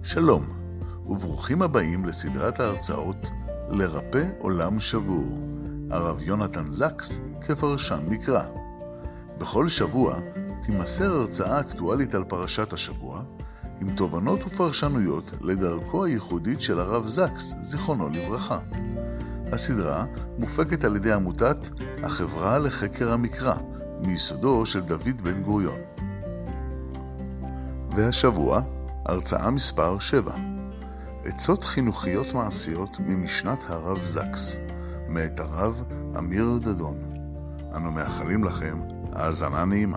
שלום, וברוכים הבאים לסדרת ההרצאות לרפא עולם שבור, הרב יונתן זקס כפרשן מקרא. בכל שבוע תימסר הרצאה אקטואלית על פרשת השבוע, עם תובנות ופרשנויות לדרכו הייחודית של הרב זקס, זיכרונו לברכה. הסדרה מופקת על ידי עמותת החברה לחקר המקרא, מיסודו של דוד בן גוריון. והשבוע, הרצאה מספר 7. עצות חינוכיות מעשיות ממשנת הרב זקס, מאת הרב אמיר דדון. אנו מאחלים לכם האזנה נעימה.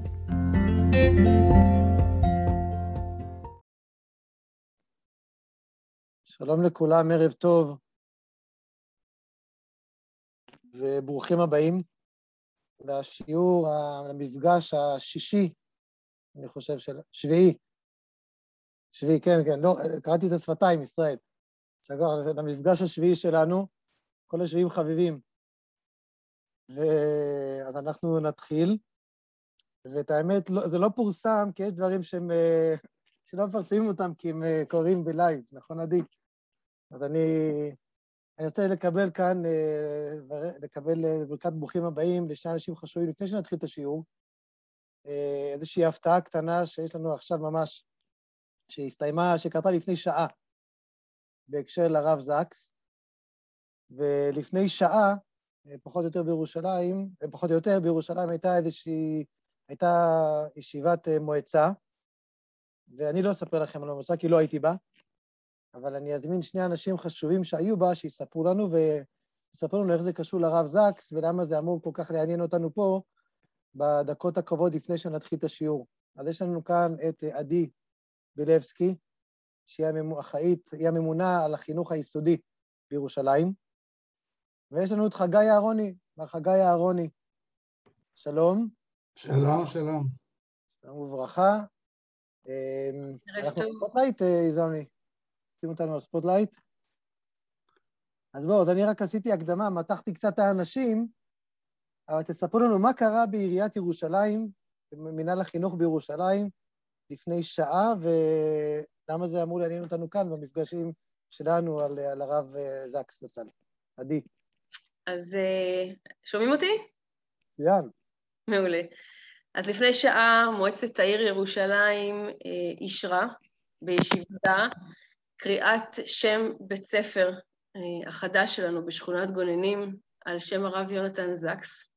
שלום לכולם, ערב טוב, וברוכים הבאים לשיעור, למפגש השישי, אני חושב שביעי, כן, לא, קראתי את השפתיים, ישראל. זה המפגש השביעי שלנו, כל השביעים חביבים. אז אנחנו נתחיל, ואת האמת, זה לא פורסם, כי יש דברים שלא מפרסמים אותם, כי הם קוראים בלייב, נכון עדי? אז אני רוצה לקבל כאן, לקבל ברכת ברוכים הבאים לשני אנשים חשובים, לפני שנתחיל את השיעור, איזושהי הפתעה קטנה שיש לנו עכשיו ממש, שהסתיימה, שקרתה לפני שעה, בהקשר לרב זקס, ולפני שעה, פחות או יותר בירושלים הייתה ישיבת מועצה, ואני לא אספר לכם על המועצה, כי לא הייתי בה, אבל אני אזמין שני אנשים חשובים שהיו בה, שיספרו לנו, ויספרו לנו איך זה קשור לרב זקס, ולמה זה אמור כל כך לעניין אותנו פה, בדקות הקרובות לפני שנתחיל את השיעור. אז יש לנו כאן את עדי בילבסקי, שהיא האחראית, היא הממונה על החינוך היסודי בירושלים, ויש לנו את חגי אהרוני, חגי אהרוני. שלום. שלום, שלום. שלום וברכה. ערב טוב. ספוטלייט, יזמי. שימו אותנו על ספוטלייט. אז בואו, אז אני רק עשיתי הקדמה, מתחתי קצת האנשים, אבל תספרו לנו מה קרה בעיריית ירושלים, במינהל החינוך בירושלים, לפני שעה, ולמה זה אמור לעניין אותנו כאן במפגשים שלנו על הרב זקס לצל. עדי. אז שומעים אותי? יאן. מעולה. אז לפני שעה מועצת העיר ירושלים אישרה בישיבתה קריאת שם בית ספר החדש שלנו בשכונת גוננים על שם הרב יונתן זקס.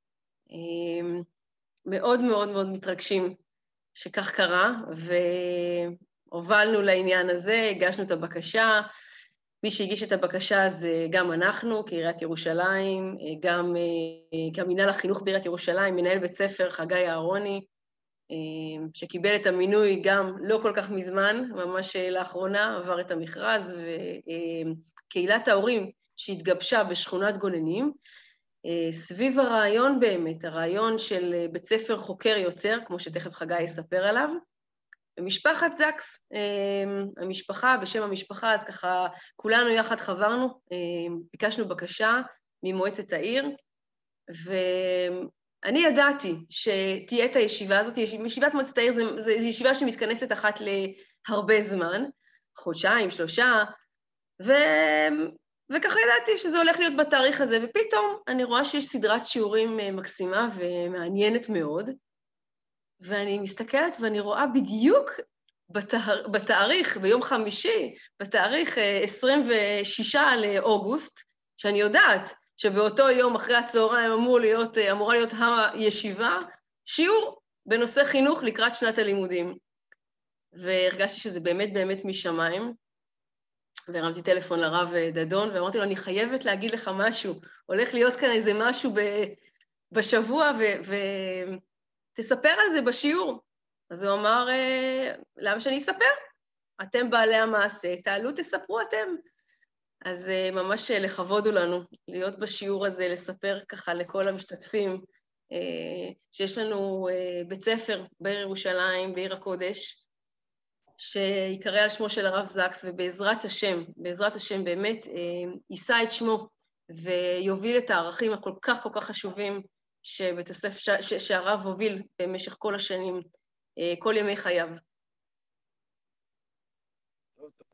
מאוד מאוד מאוד מתרגשים שכך קרה, והובלנו לעניין הזה, הגשנו את הבקשה. מי שהגיש את הבקשה זה גם אנחנו, כעיריית ירושלים, גם כמינהל החינוך בעיריית ירושלים, מנהל בית ספר חגי אהרוני, שקיבל את המינוי גם לא כל כך מזמן, ממש לאחרונה עבר את המכרז, וקהילת ההורים שהתגבשה בשכונת גוננים, סביב הרעיון באמת, הרעיון של בית ספר חוקר יוצר, כמו שתכף חגי יספר עליו, משפחת זקס, המשפחה, בשם המשפחה, אז ככה כולנו יחד חברנו, ביקשנו בקשה ממועצת העיר, ואני ידעתי שתהיה את הישיבה הזאת, ישיבת מועצת העיר זו ישיבה שמתכנסת אחת להרבה זמן, חודשיים, 3, וככה ידעתי שזה הולך להיות בתאריך הזה, ופתאום אני רואה שיש סדרת שיעורים מקסימה ומעניינת מאוד, ואני מסתכלת ואני רואה בדיוק בתאריך, ביום חמישי, בתאריך 26 לאוגוסט, שאני יודעת שבאותו יום אחרי הצהריים אמורה להיות הישיבה, שיעור בנושא חינוך לקראת שנת הלימודים. והרגשתי שזה באמת באמת משמיים, והרמתי טלפון לרב דדון, ואמרתי לו, אני חייבת להגיד לך משהו, הולך להיות כאן איזה משהו בשבוע, תספר על זה בשיעור. אז הוא אמר, למה שאני אספר? אתם בעלי המעשה, תעלו, תספרו אתם. אז ממש לכבוד הוא לנו להיות בשיעור הזה, לספר ככה לכל המשתתפים, שיש לנו בית ספר בעיר ירושלים, בעיר הקודש, שיקרא על שמו של הרב זקס, ובעזרת השם באמת יישא את שמו, ויוביל את הערכים הכל כך חשובים, שבית הספר, שהרב הוביל במשך כל השנים, כל ימי חייו.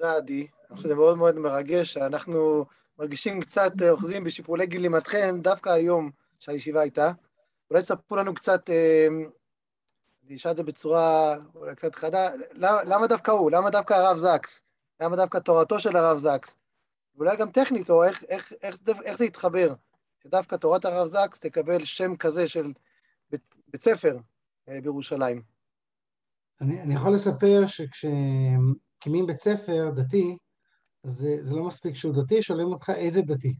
תודה, עדי. אני חושב שזה מאוד מאוד מרגש, שאנחנו מרגישים קצת אוחזים בשיפולי גלימתכם, דווקא היום שהישיבה הייתה. אולי תספרו לנו קצת, אני אשאל את זה בצורה אולי קצת חדה, למה דווקא הוא? למה דווקא הרב זקס? למה דווקא תורתו של הרב זקס? ואולי גם טכנית, או איך זה יתחבר? שדווקא תורת הרב זקס תקבל שם כזה של בית ספר בירושלים. אני יכול לספר שכשמקימים בית ספר דתי, אז זה לא מספיק שהוא דתי, שואלים אותך איזה דתי.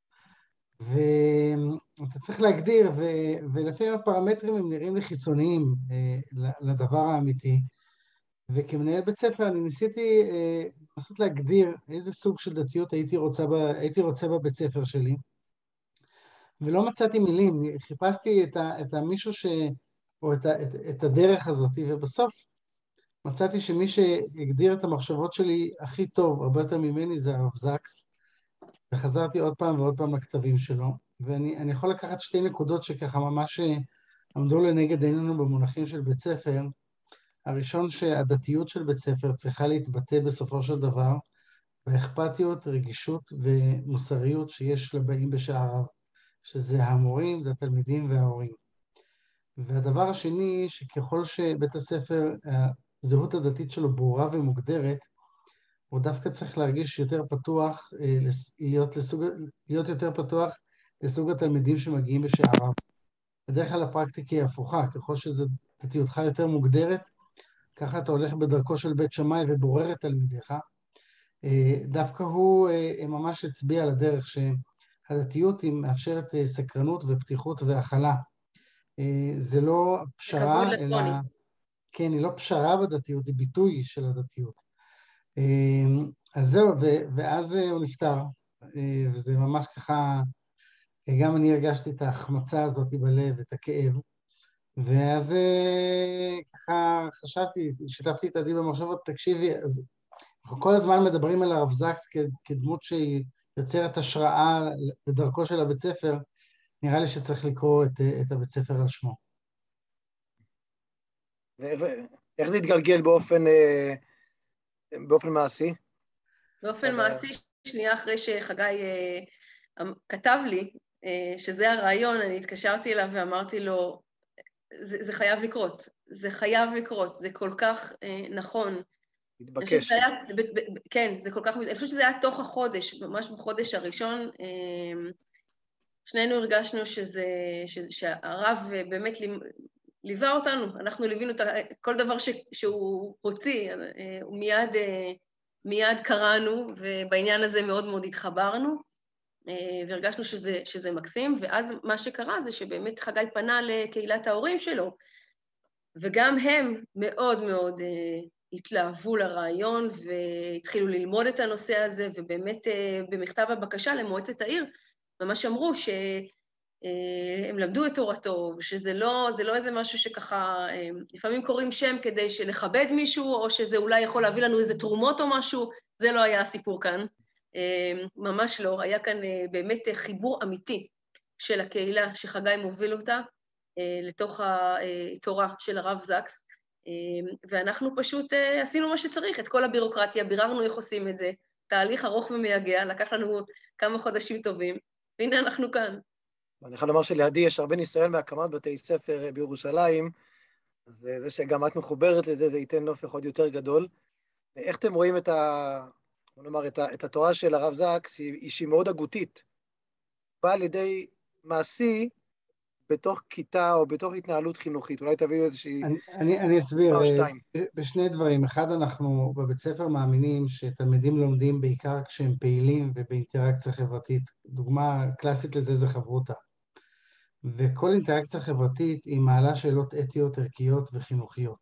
ואתה צריך להגדיר, ולפעמים הפרמטרים הם נראים לי חיצוניים לדבר האמיתי. וכמנהל בית ספר אני ניסיתי לנסות להגדיר איזה סוג של דתיות הייתי רוצה בבית ספר שלי. ולא מצאתי מילים, חיפשתי את המישהו או את הדרך הזאת, ובסוף מצאתי שמי שהגדיר את המחשבות שלי הכי טוב, הרבה יותר ממני, זה הרב זקס, וחזרתי עוד פעם ועוד פעם לכתבים שלו, ואני יכול לקחת שתי נקודות שככה ממש עמדו לנגד עינינו במונחים של בית ספר. הראשון, שהדתיות של בית ספר צריכה להתבטא בסופו של דבר, באכפתיות, רגישות ומוסריות שיש לבאים בשעריו, שזה המורים, זה התלמידים וההורים. והדבר השני, שככל שבית הספר, הזהות הדתית שלו ברורה ומוגדרת, הוא דווקא צריך להרגיש יותר פתוח, להיות יותר פתוח לסוג התלמידים שמגיעים בשעריו. בדרך כלל הפרקטיקה היא הפוכה, ככל שזו דתיותך יותר מוגדרת, ככה אתה הולך בדרכו של בית שמאי ובורר את תלמידיך. דווקא הוא ממש הצביע על הדרך שהדתיות היא מאפשרת סקרנות ופתיחות והכלה. זה לא פשרה, אלא... כן, היא לא פשרה בדתיות, היא ביטוי של הדתיות. אז זהו, ואז הוא נפטר, וזה ממש ככה, גם אני הרגשתי את ההחמצה הזאת בלב, את הכאב, ואז ככה חשבתי, שיתפתי את עדי במחשבות, תקשיבי, אז אנחנו כל הזמן מדברים על הרב זקס כדמות שהיא יוצרת השראה לדרכו של הבית ספר, נראה לי שצריך לקרוא את הבית ספר על שמו. ואיך זה התגלגל באופן מעשי? באופן מעשי, שנייה אחרי שחגי כתב לי, שזה הרעיון, אני התקשרתי אליו ואמרתי לו, זה חייב לקרות, זה חייב לקרות, זה כל כך נכון. התבקש. כן, זה כל כך, אני חושבת שזה היה תוך החודש, ממש בחודש הראשון, שנינו הרגשנו שהרב באמת ליווה אותנו, אנחנו ליווינו כל דבר שהוא הוציא, הוא מיד קראנו, ובעניין הזה מאוד מאוד התחברנו, והרגשנו שזה מקסים, ואז מה שקרה זה שבאמת חגי פנה לקהילת ההורים שלו, וגם הם מאוד מאוד התלהבו לרעיון, והתחילו ללמוד את הנושא הזה, ובאמת במכתב הבקשה למועצת העיר, ממש אמרו שהם למדו את תורתו, ושזה לא איזה משהו שככה, לפעמים קוראים שם כדי לכבד מישהו, או שזה אולי יכול להביא לנו איזה תרומות או משהו, זה לא היה הסיפור כאן. ממש לא, היה כאן באמת חיבור אמיתי של הקהילה שחגי מוביל אותה, לתוך התורה של הרב זקס, ואנחנו פשוט עשינו מה שצריך, את כל הבירוקרטיה, ביררנו איך עושים את זה, תהליך ארוך ומייגע, לקח לנו כמה חודשים טובים, והנה אנחנו כאן. אני יכול לומר שלידי יש הרבה ניסיון מהקמת בתי ספר בירושלים, וזה שגם את מחוברת לזה, זה ייתן נופך עוד יותר גדול. איך אתם רואים את התורה של הרב זקס, שהיא מאוד הגותית, באה לידי מעשי בתוך כיתה או בתוך התנהלות חינוכית. אולי תביאו איזושהי... אני אסביר, בשני דברים. אחד, אנחנו בבית ספר מאמינים שתלמידים לומדים בעיקר כשהם פעילים ובאינטראקציה חברתית. דוגמה קלאסית לזה זה חברותה. וכל אינטראקציה חברתית היא מעלה שאלות אתיות, ערכיות וחינוכיות.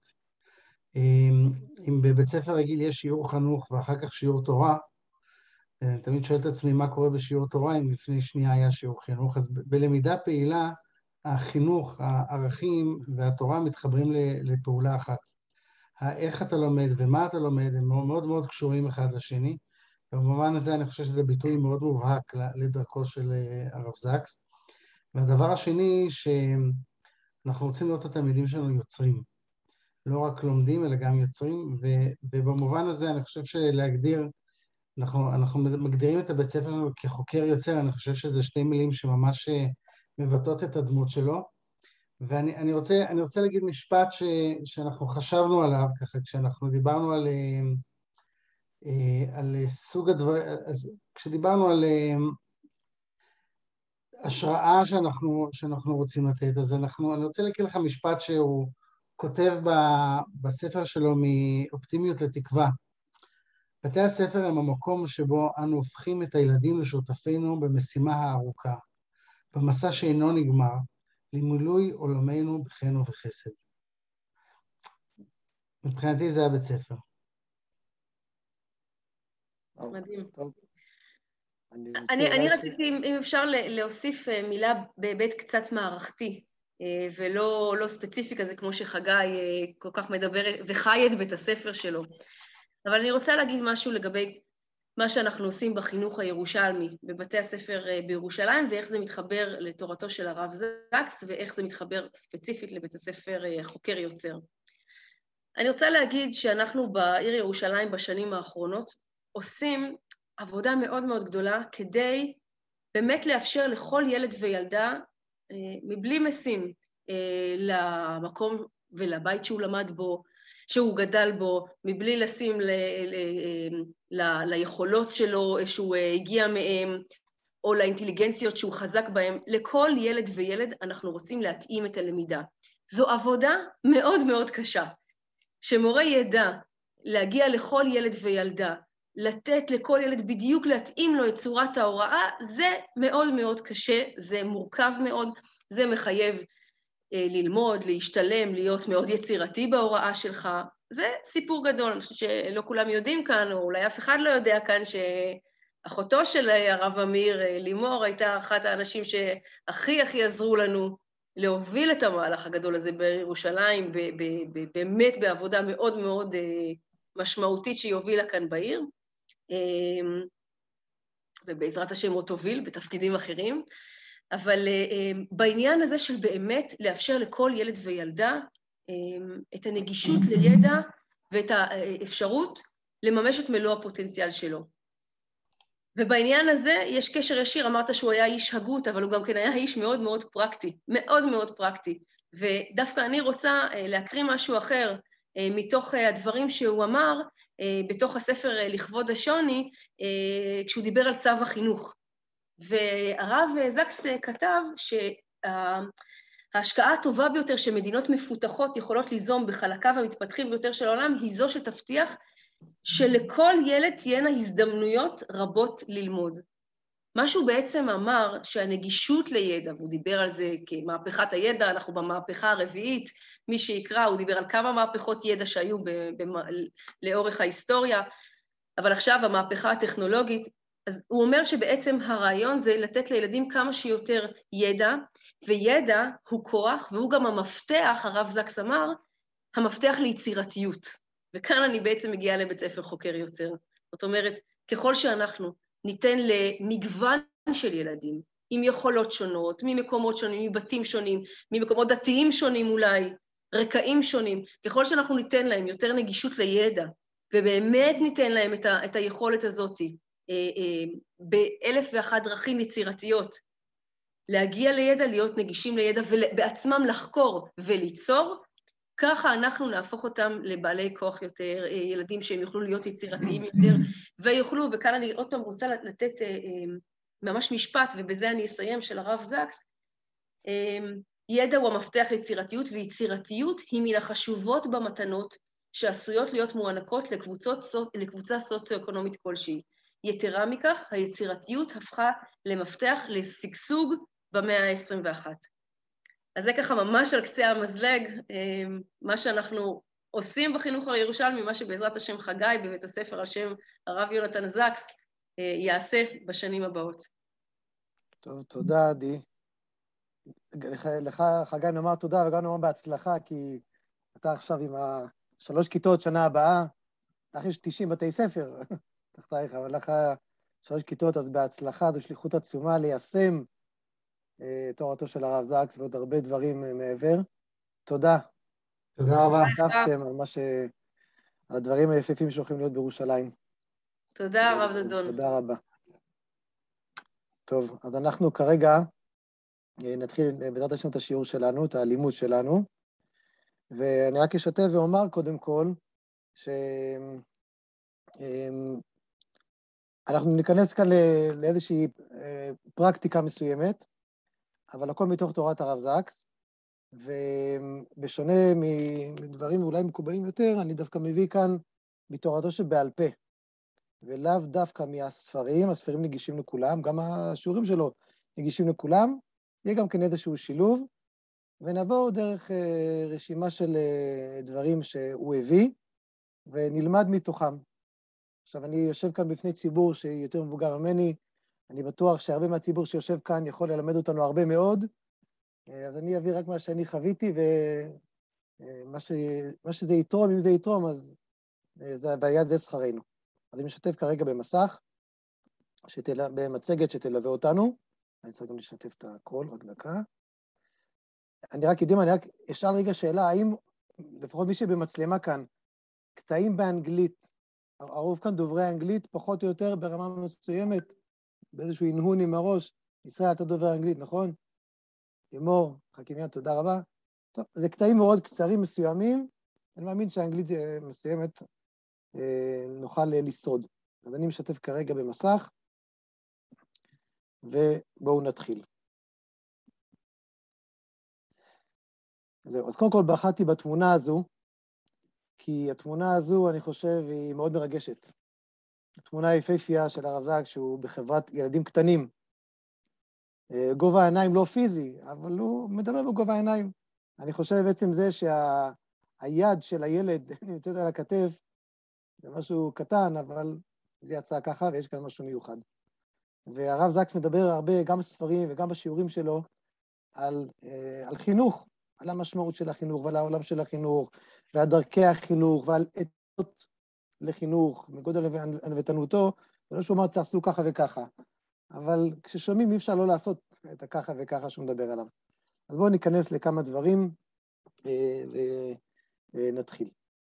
אם בבית ספר רגיל יש שיעור חנוך ואחר כך שיעור תורה, אני תמיד שואל את עצמי מה קורה בשיעור תורה אם לפני שנייה היה שיעור חינוך. אז בלמידה פעילה, החינוך, הערכים והתורה מתחברים לפעולה אחת. איך אתה לומד ומה אתה לומד הם מאוד מאוד קשורים אחד לשני, ובמובן הזה אני חושב שזה ביטוי מאוד מובהק לדרכו של הרב זקס. והדבר השני שאנחנו רוצים לראות את התלמידים שלנו יוצרים. לא רק לומדים, אלא גם יוצרים, ובמובן הזה אני חושב שלהגדיר, אנחנו מגדירים את הבית ספר כחוקר יוצר, אני חושב שזה שתי מילים שממש מבטאות את הדמות שלו, ואני רוצה להגיד משפט שאנחנו חשבנו עליו, ככה כשאנחנו דיברנו על סוג הדבר, אז כשדיברנו על השראה שאנחנו רוצים לתת, אז אני רוצה להקריא לך משפט שהוא כותב בספר שלו מאופטימיות לתקווה. בתי הספר הם המקום שבו אנו הופכים את הילדים לשותפינו במשימה הארוכה, במסע שאינו נגמר, למילוי עולמנו בחן ובחסד. מבחינתי זה הבית ספר. מדהים. טוב. אני רציתי, אם אפשר להוסיף מילה בהיבט קצת מערכתי, ולא ספציפי כזה כמו שחגי כל כך מדבר וחי את בית הספר שלו. אבל אני רוצה להגיד משהו לגבי מה שאנחנו עושים בחינוך הירושלמי, בבתי הספר בירושלים, ואיך זה מתחבר לתורתו של הרב זקס, ואיך זה מתחבר ספציפית לבית הספר חוקר יוצר. אני רוצה להגיד שאנחנו בעיר ירושלים בשנים האחרונות עושים עבודה מאוד מאוד גדולה כדי באמת לאפשר לכל ילד וילדה, מבלי משים, למקום ולבית שהוא למד בו, שהוא גדל בו, מבלי לשים ליכולות שלו שהוא הגיע מהם, או לאינטליגנציות שהוא חזק בהם, לכל ילד וילד אנחנו רוצים להתאים את הלמידה. זו עבודה מאוד מאוד קשה, שמורה ידע להגיע לכל ילד וילדה, לתת לכל ילד בדיוק להתאים לו את צורת ההוראה, זה מאוד מאוד קשה, זה מורכב מאוד, זה מחייב ללמוד, להשתלם, להיות מאוד יצירתי בהוראה שלך. זה סיפור גדול, אני חושבת שלא כולם יודעים כאן, או אולי אף אחד לא יודע כאן, שאחותו של הרב אמיר, לימור, הייתה אחת האנשים שהכי עזרו לנו להוביל את המהלך הגדול הזה בירושלים, באמת בעבודה מאוד מאוד משמעותית שהיא הובילה כאן בעיר, ובעזרת השם עוד תוביל בתפקידים אחרים, אבל בעניין הזה של באמת לאפשר לכל ילד וילדה את הנגישות לידע ואת האפשרות לממש את מלוא הפוטנציאל שלו. ובעניין הזה יש קשר ישיר, אמרת שהוא היה איש הגות, אבל הוא גם כן היה איש מאוד מאוד פרקטי, מאוד מאוד פרקטי. ודווקא אני רוצה להקריא משהו אחר מתוך הדברים שהוא אמר בתוך הספר לכבוד השוני, כשהוא דיבר על צו החינוך. והרב זקס כתב שההשקעה הטובה ביותר שמדינות מפותחות יכולות ליזום בחלקיו המתפתחים ביותר של העולם, היא זו שתבטיח שלכל ילד תהיינה הזדמנויות רבות ללמוד. מה שהוא בעצם אמר שהנגישות לידע, והוא דיבר על זה כמהפכת הידע, אנחנו במהפכה הרביעית, מי שיקרא, הוא דיבר על כמה מהפכות ידע שהיו לאורך ההיסטוריה, אבל עכשיו המהפכה הטכנולוגית, אז הוא אומר שבעצם הרעיון זה לתת לילדים כמה שיותר ידע, וידע הוא כוח, והוא גם המפתח, הרב זקס אמר, המפתח ליצירתיות. וכאן אני בעצם מגיעה לבית ספר חוקר יוצר. זאת אומרת, ככל שאנחנו ניתן למגוון של ילדים, עם יכולות שונות, ממקומות שונים, מבתים שונים, ממקומות דתיים שונים אולי, רקעים שונים, ככל שאנחנו ניתן להם יותר נגישות לידע, ובאמת ניתן להם את היכולת הזאת, באלף ואחת דרכים יצירתיות, להגיע לידע, להיות נגישים לידע, ובעצמם לחקור וליצור, ככה אנחנו נהפוך אותם לבעלי כוח יותר, ילדים שהם יוכלו להיות יצירתיים יותר, ויוכלו, וכאן אני עוד פעם רוצה לתת ממש משפט, ובזה אני אסיים, של הרב זקס, ידע הוא המפתח ליצירתיות, ויצירתיות היא מן החשובות במתנות, שעשויות להיות מוענקות לקבוצה סוציו-אקונומית כלשהי. יתרה מכך, היצירתיות הפכה למפתח לשגשוג במאה ה-21. אז זה ככה ממש על קצה המזלג, מה שאנחנו עושים בחינוך הירושלמי, מה שבעזרת השם חגי בבית הספר על שם הרב יונתן זקס יעשה בשנים הבאות. טוב, תודה עדי. לך חגי נאמר תודה וגם נאמר בהצלחה, כי אתה עכשיו עם 3 כיתות שנה הבאה, לך יש 90 בתי ספר תחתייך, אבל לך 3 כיתות, אז בהצלחה, זו שליחות עצומה ליישם תורתו של הרב זקס ועוד הרבה דברים מעבר. תודה. תודה רבה. כתבתם על הדברים היפהפים שהולכים להיות בירושלים. תודה, הרב דדון. תודה רבה. טוב, אז אנחנו כרגע נתחיל בעזרת השם את השיעור שלנו, את הלימוד שלנו, ואני רק אשתף ואומר קודם כל, אנחנו ניכנס כאן לאיזושהי פרקטיקה מסוימת, אבל הכל מתוך תורת הרב זקס, ובשונה מדברים אולי מקובלים יותר, אני דווקא מביא כאן מתורתו שבעל פה, ולאו דווקא מהספרים, הספרים נגישים לכולם, גם השיעורים שלו נגישים לכולם, יהיה גם כן איזשהו שילוב, ונעבור דרך רשימה של דברים שהוא הביא, ונלמד מתוכם. עכשיו, אני יושב כאן בפני ציבור שיותר מבוגר ממני, אני בטוח שהרבה מהציבור שיושב כאן יכול ללמד אותנו הרבה מאוד, אז אני אביא רק מה שאני חוויתי, ומה שזה יתרום, אם זה יתרום, אז ביד זה שכרנו. אז אני משתף כרגע במסך, במצגת שתלווה אותנו, אני צריך גם לשתף את הכל, רק דקה. אני רק אשאל רגע שאלה, האם, לפחות מי שבמצלמה כאן, קטעים באנגלית, הרוב כאן דוברי אנגלית, פחות או יותר ברמה מסוימת, באיזשהו הנהון עם הראש, ישראל אתה דובר אנגלית, נכון? לימור, חכימיה, תודה רבה. טוב, זה קטעים מאוד קצרים מסוימים, אני מאמין שהאנגלית מסוימת נוכל לשרוד. אז אני משתף כרגע במסך, ובואו נתחיל. זהו, אז קודם כל בחרתי בתמונה הזו, כי התמונה הזו, אני חושב, היא מאוד מרגשת. התמונה היפהפייה של הרב זקס, שהוא בחברת ילדים קטנים. גובה העיניים לא פיזי, אבל הוא מדבר בגובה העיניים. אני חושב בעצם זה שהיד של הילד נמצאת על הכתף, זה משהו קטן, אבל זה יצא ככה, ויש כאן משהו מיוחד. והרב זקס מדבר הרבה, גם בספרים וגם בשיעורים שלו, על חינוך, על המשמעות של החינוך ועל העולם של החינוך, ועל דרכי החינוך ועל עדות לחינוך, מגודל ענוותנותו, ולא שהוא אמר תעשו ככה וככה. אבל כששומעים אי אפשר לא לעשות את הככה וככה שהוא מדבר עליו. אז בואו ניכנס לכמה דברים ונתחיל.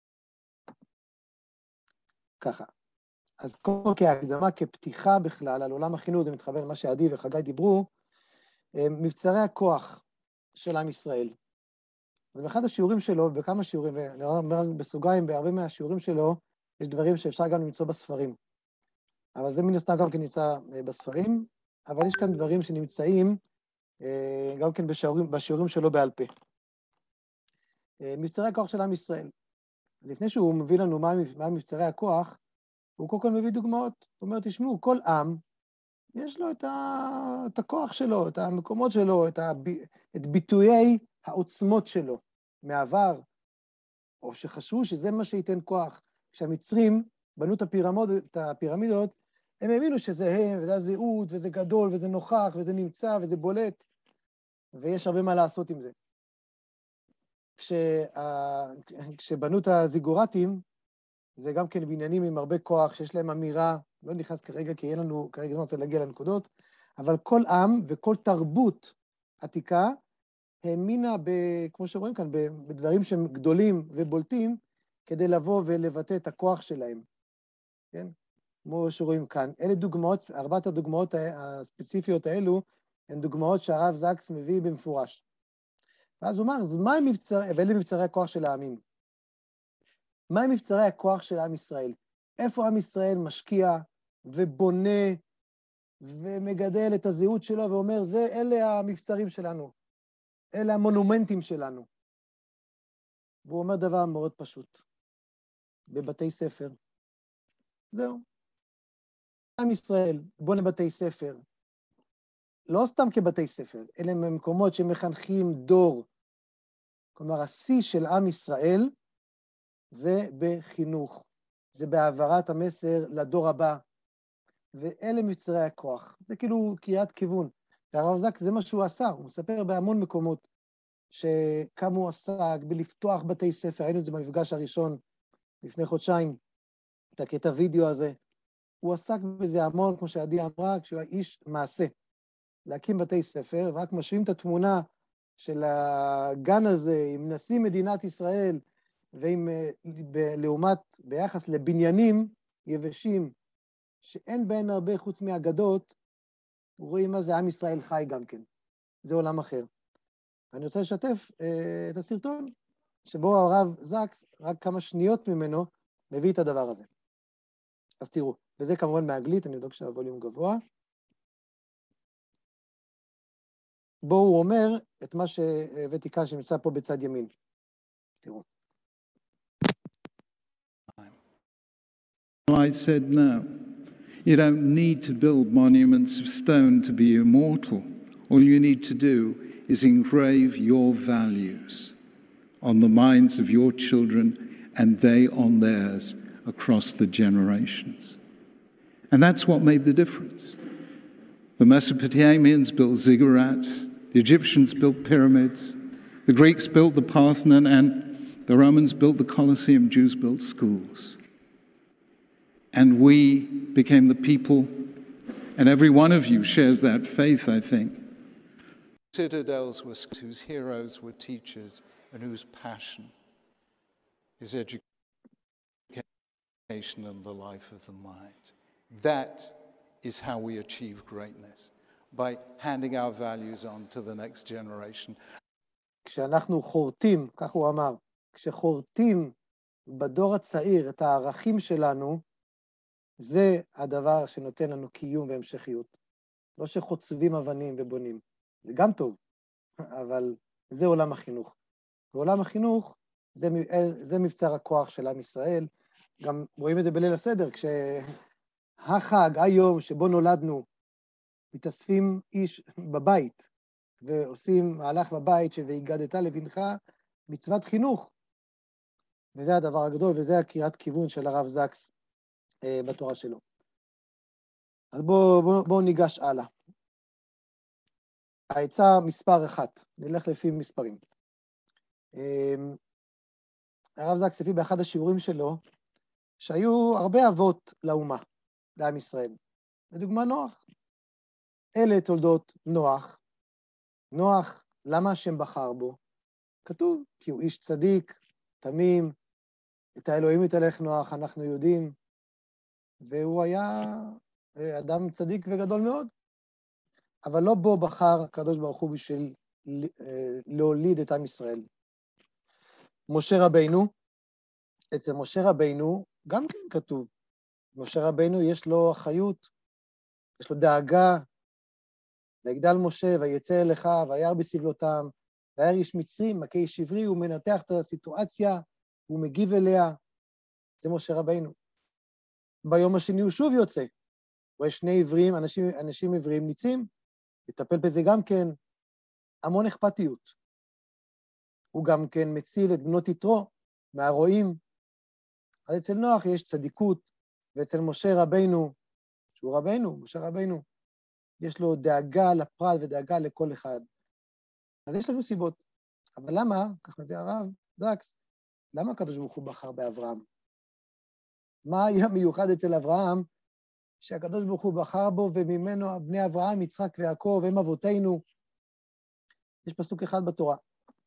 ככה. אז קודם כהקדמה, כפתיחה בכלל על עולם החינוך, זה מתחבר למה שעדי וחגי דיברו, מבצרי הכוח של עם ישראל. ובאחד השיעורים שלו, בכמה שיעורים, ואני אומר בסוגריים, בהרבה מהשיעורים שלו, יש דברים שאפשר גם למצוא בספרים. אבל זה מן הסתם גם כן נמצא בספרים, אבל יש כאן דברים שנמצאים גם כן בשיעורים שלו בעל פה. מבצרי הכוח של עם ישראל. לפני שהוא מביא לנו מה מבצרי הכוח, הוא קודם כל מביא דוגמאות. הוא אומר, תשמעו, כל עם, יש לו את הכוח שלו, את המקומות שלו, את ביטויי העוצמות שלו, מעבר, או שחשבו שזה מה שייתן כוח. כשהמצרים בנו את הפירמידות, הם האמינו שזה הם, וזה הזהות, וזה גדול, וזה נוכח, וזה נמצא, וזה בולט, ויש הרבה מה לעשות עם זה. כשבנו את הזיגורטים, זה גם כן בניינים עם הרבה כוח, שיש להם אמירה, לא נכנס כרגע, כי אין לנו, כרגע לא רוצה להגיע לנקודות, אבל כל עם וכל תרבות עתיקה, האמינה, כמו שרואים כאן, בדברים שהם גדולים ובולטים, כדי לבוא ולבטא את הכוח שלהם. כן? כמו שרואים כאן. אלה דוגמאות, 4 הדוגמאות הספציפיות האלו, הן דוגמאות שהרב זקס מביא במפורש. ואז הוא אומר, אז מה הם ואלה מבצרי הכוח של העמים? מה הם מבצרי הכוח של עם ישראל? איפה עם ישראל משקיע ובונה ומגדל את הזהות שלו ואומר, אלה המבצרים שלנו, אלה המונומנטים שלנו. והוא אומר דבר מאוד פשוט, בבתי ספר. זהו. עם ישראל בונה בתי ספר, לא סתם כבתי ספר, אלה הם מקומות שמחנכים דור. כלומר, השיא של עם ישראל זה בחינוך, זה בהעברת המסר לדור הבא, ואלה מבצרי הכוח. זה כאילו קריאת כיוון. והרב זקס זה מה שהוא עשה, הוא מספר בהמון מקומות שכמה הוא עסק בלפתוח בתי ספר, ראינו את זה במפגש הראשון לפני חודשיים, את הקטע וידאו הזה. הוא עסק בזה המון, כמו שעדי אמרה, כשהוא איש מעשה. להקים בתי ספר, ורק משווים את התמונה של הגן הזה, עם נשיא מדינת ישראל, ועם ביחס לבניינים יבשים, שאין בהם הרבה חוץ מהאגדות, רואים מה זה עם ישראל חי גם כן. זה עולם אחר. אני רוצה לשתף את הסרטון, שבו הרב זקס, רק כמה שניות ממנו, מביא את הדבר הזה. אז תראו, וזה כמובן באנגלית, אני אבדוק שהווליום גבוה. בו הוא אומר את מה שהבאתי כאן, שנמצא פה בצד ימין. תראו. I said no. You don't need to build monuments of stone to be immortal. All you need to do is engrave your values on the minds of your children and they on theirs across the generations. And that's what made the difference. The Mesopotamians built ziggurats, the Egyptians built pyramids, the Greeks built the Parthenon, and the Romans built the Colosseum, Jews built schools. And we became the people, and every one of you shares that faith, I think. Citadels were whose heroes were teachers and whose passion is education and the life of the mind. That is how we achieve greatness, by handing our values on to the next generation. כשאנחנו חורטים, כך הוא אמר, כשחורטים בדור הצעיר את הערכים שלנו, זה הדבר שנותן לנו קיום והמשכיות. לא שחוצבים אבנים ובונים. זה גם טוב, אבל זה עולם החינוך. ועולם החינוך זה מבצר הכוח של עם ישראל. גם רואים את זה בליל הסדר, כשהחג, היום שבו נולדנו, מתאספים איש בבית, ועושים מהלך בבית שהגדת לבנך מצוות חינוך. וזה הדבר הגדול, וזה הקריאת כיוון של הרב זקס בתורה שלו. אז בואו ניגש הלאה. העצה מספר 1, נלך לפי מספרים. הרב זקס הביא באחד השיעורים שלו, שהיו הרבה אבות לאומה, לעם ישראל. לדוגמה נוח. אלה תולדות נוח. נוח, למה השם בחר בו? כתוב, כי הוא איש צדיק, תמים, את האלוהים יתהלך נוח, אנחנו יודעים, והוא היה אדם צדיק וגדול מאוד. אבל לא בו בחר הקדוש ברוך הוא בשביל להוליד את עם ישראל. משה רבינו, אצל משה רבינו גם כן כתוב, משה רבינו יש לו אחריות, יש לו דאגה, ויגדל משה ויצא אליך וירא בסבלותם, וירא איש מצרי, מכה איש עברי, הוא מנתח את הסיטואציה, הוא מגיב אליה, זה משה רבינו. ביום השני הוא שוב יוצא, רואה שני עברים, אנשים עברים ניצים, יטפל בזה גם כן, המון אכפתיות. הוא גם כן מציל את בנות יתרו מהרועים. אז אצל נוח יש צדיקות, ואצל משה רבינו, שהוא רבינו, משה רבינו, יש לו דאגה לפרט ודאגה לכל אחד. אז יש לנו סיבות. אבל למה, כך מביא הרב זקס, למה הקדוש ברוך הוא בחר באברהם? מה היה מיוחד אצל אברהם, שהקדוש ברוך הוא בחר בו, וממנו בני אברהם, יצחק ויעקב, הם אבותינו? יש פסוק אחד בתורה.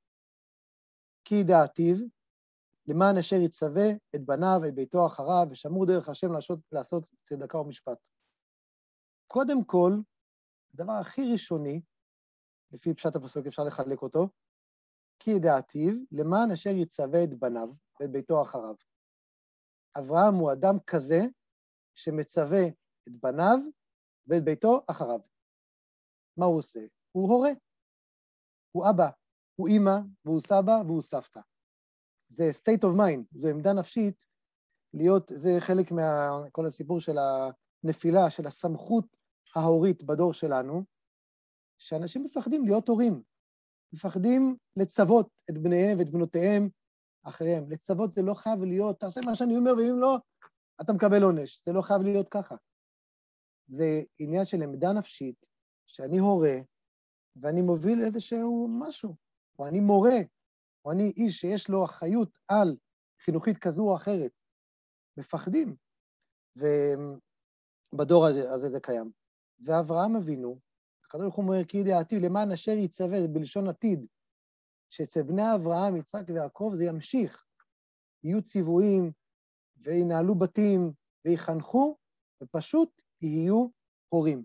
כי דעתיו, למען אשר יצווה את בניו, את ביתו אחריו, ושמור דרך השם לעשות צדקה ומשפט. קודם כל, הדבר הכי ראשוני, לפי פשט הפסוק אפשר לחלק אותו, כי דעתיו, למען אשר יצווה את בניו, ואת ביתו אחריו. אברהם הוא אדם כזה, שמצווה את בניו ואת ביתו אחריו. מה הוא עושה? הוא הורה. הוא אבא, הוא אמא, והוא סבא, והוא סבתא. זה state of mind, זו עמדה נפשית, להיות, זה חלק כל הסיפור של הנפילה, של הסמכות ההורית בדור שלנו, שאנשים מפחדים להיות הורים, מפחדים לצוות את בניהם ואת בנותיהם אחריהם. לצוות זה לא חייב להיות, תעשה מה שאני אומר, ואם לא, אתה מקבל עונש. זה לא חייב להיות ככה. זה עניין של עמדה נפשית, שאני הורה, ואני מוביל איזשהו משהו, או אני מורה, או אני איש שיש לו אחריות על חינוכית כזו או אחרת. מפחדים. ובדור הזה זה קיים. ואברהם אבינו, הקדוש ברוך הוא אומר, כי דעתיו, למען אשר יצווה, בלשון עתיד, שאצל בני אברהם, יצחק ויעקב זה ימשיך. יהיו ציוויים וינהלו בתים ויחנכו, ופשוט יהיו הורים.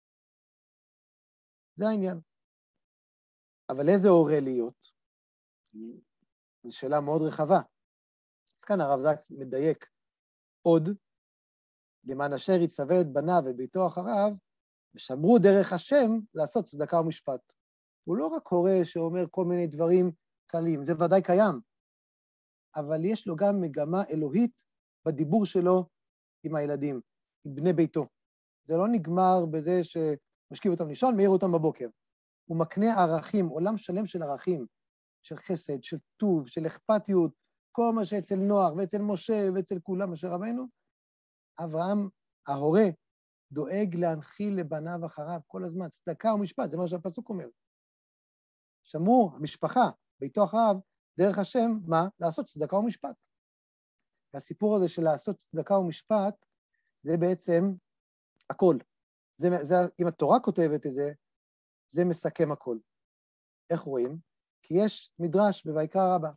זה העניין. אבל איזה הורה להיות? זו שאלה מאוד רחבה. אז כאן הרב זקס מדייק עוד, למען אשר יצווה את בניו וביתו אחריו, ושמרו דרך השם לעשות צדקה ומשפט. הוא לא רק הורה שאומר כל מיני דברים כלליים, זה ודאי קיים, אבל יש לו גם מגמה אלוהית בדיבור שלו עם הילדים, עם בני ביתו. זה לא נגמר בזה שמשכיב אותם לישון, מעיר אותם בבוקר. הוא מקנה ערכים, עולם שלם של ערכים, של חסד, של טוב, של אכפתיות, כל מה שאצל נוח ואצל משה ואצל כולם אשר רבנו, אברהם, ההורה, דואג להנחיל לבניו אחריו כל הזמן, צדקה ומשפט, זה מה שהפסוק אומר. שמרו, המשפחה, ביתו אחריו, דרך השם, מה? לעשות צדקה ומשפט. והסיפור הזה של לעשות צדקה ומשפט, זה בעצם הכל. אם התורה כותבת את זה, זה מסכם הכל. איך רואים? כי יש מדרש בויקרא רבה.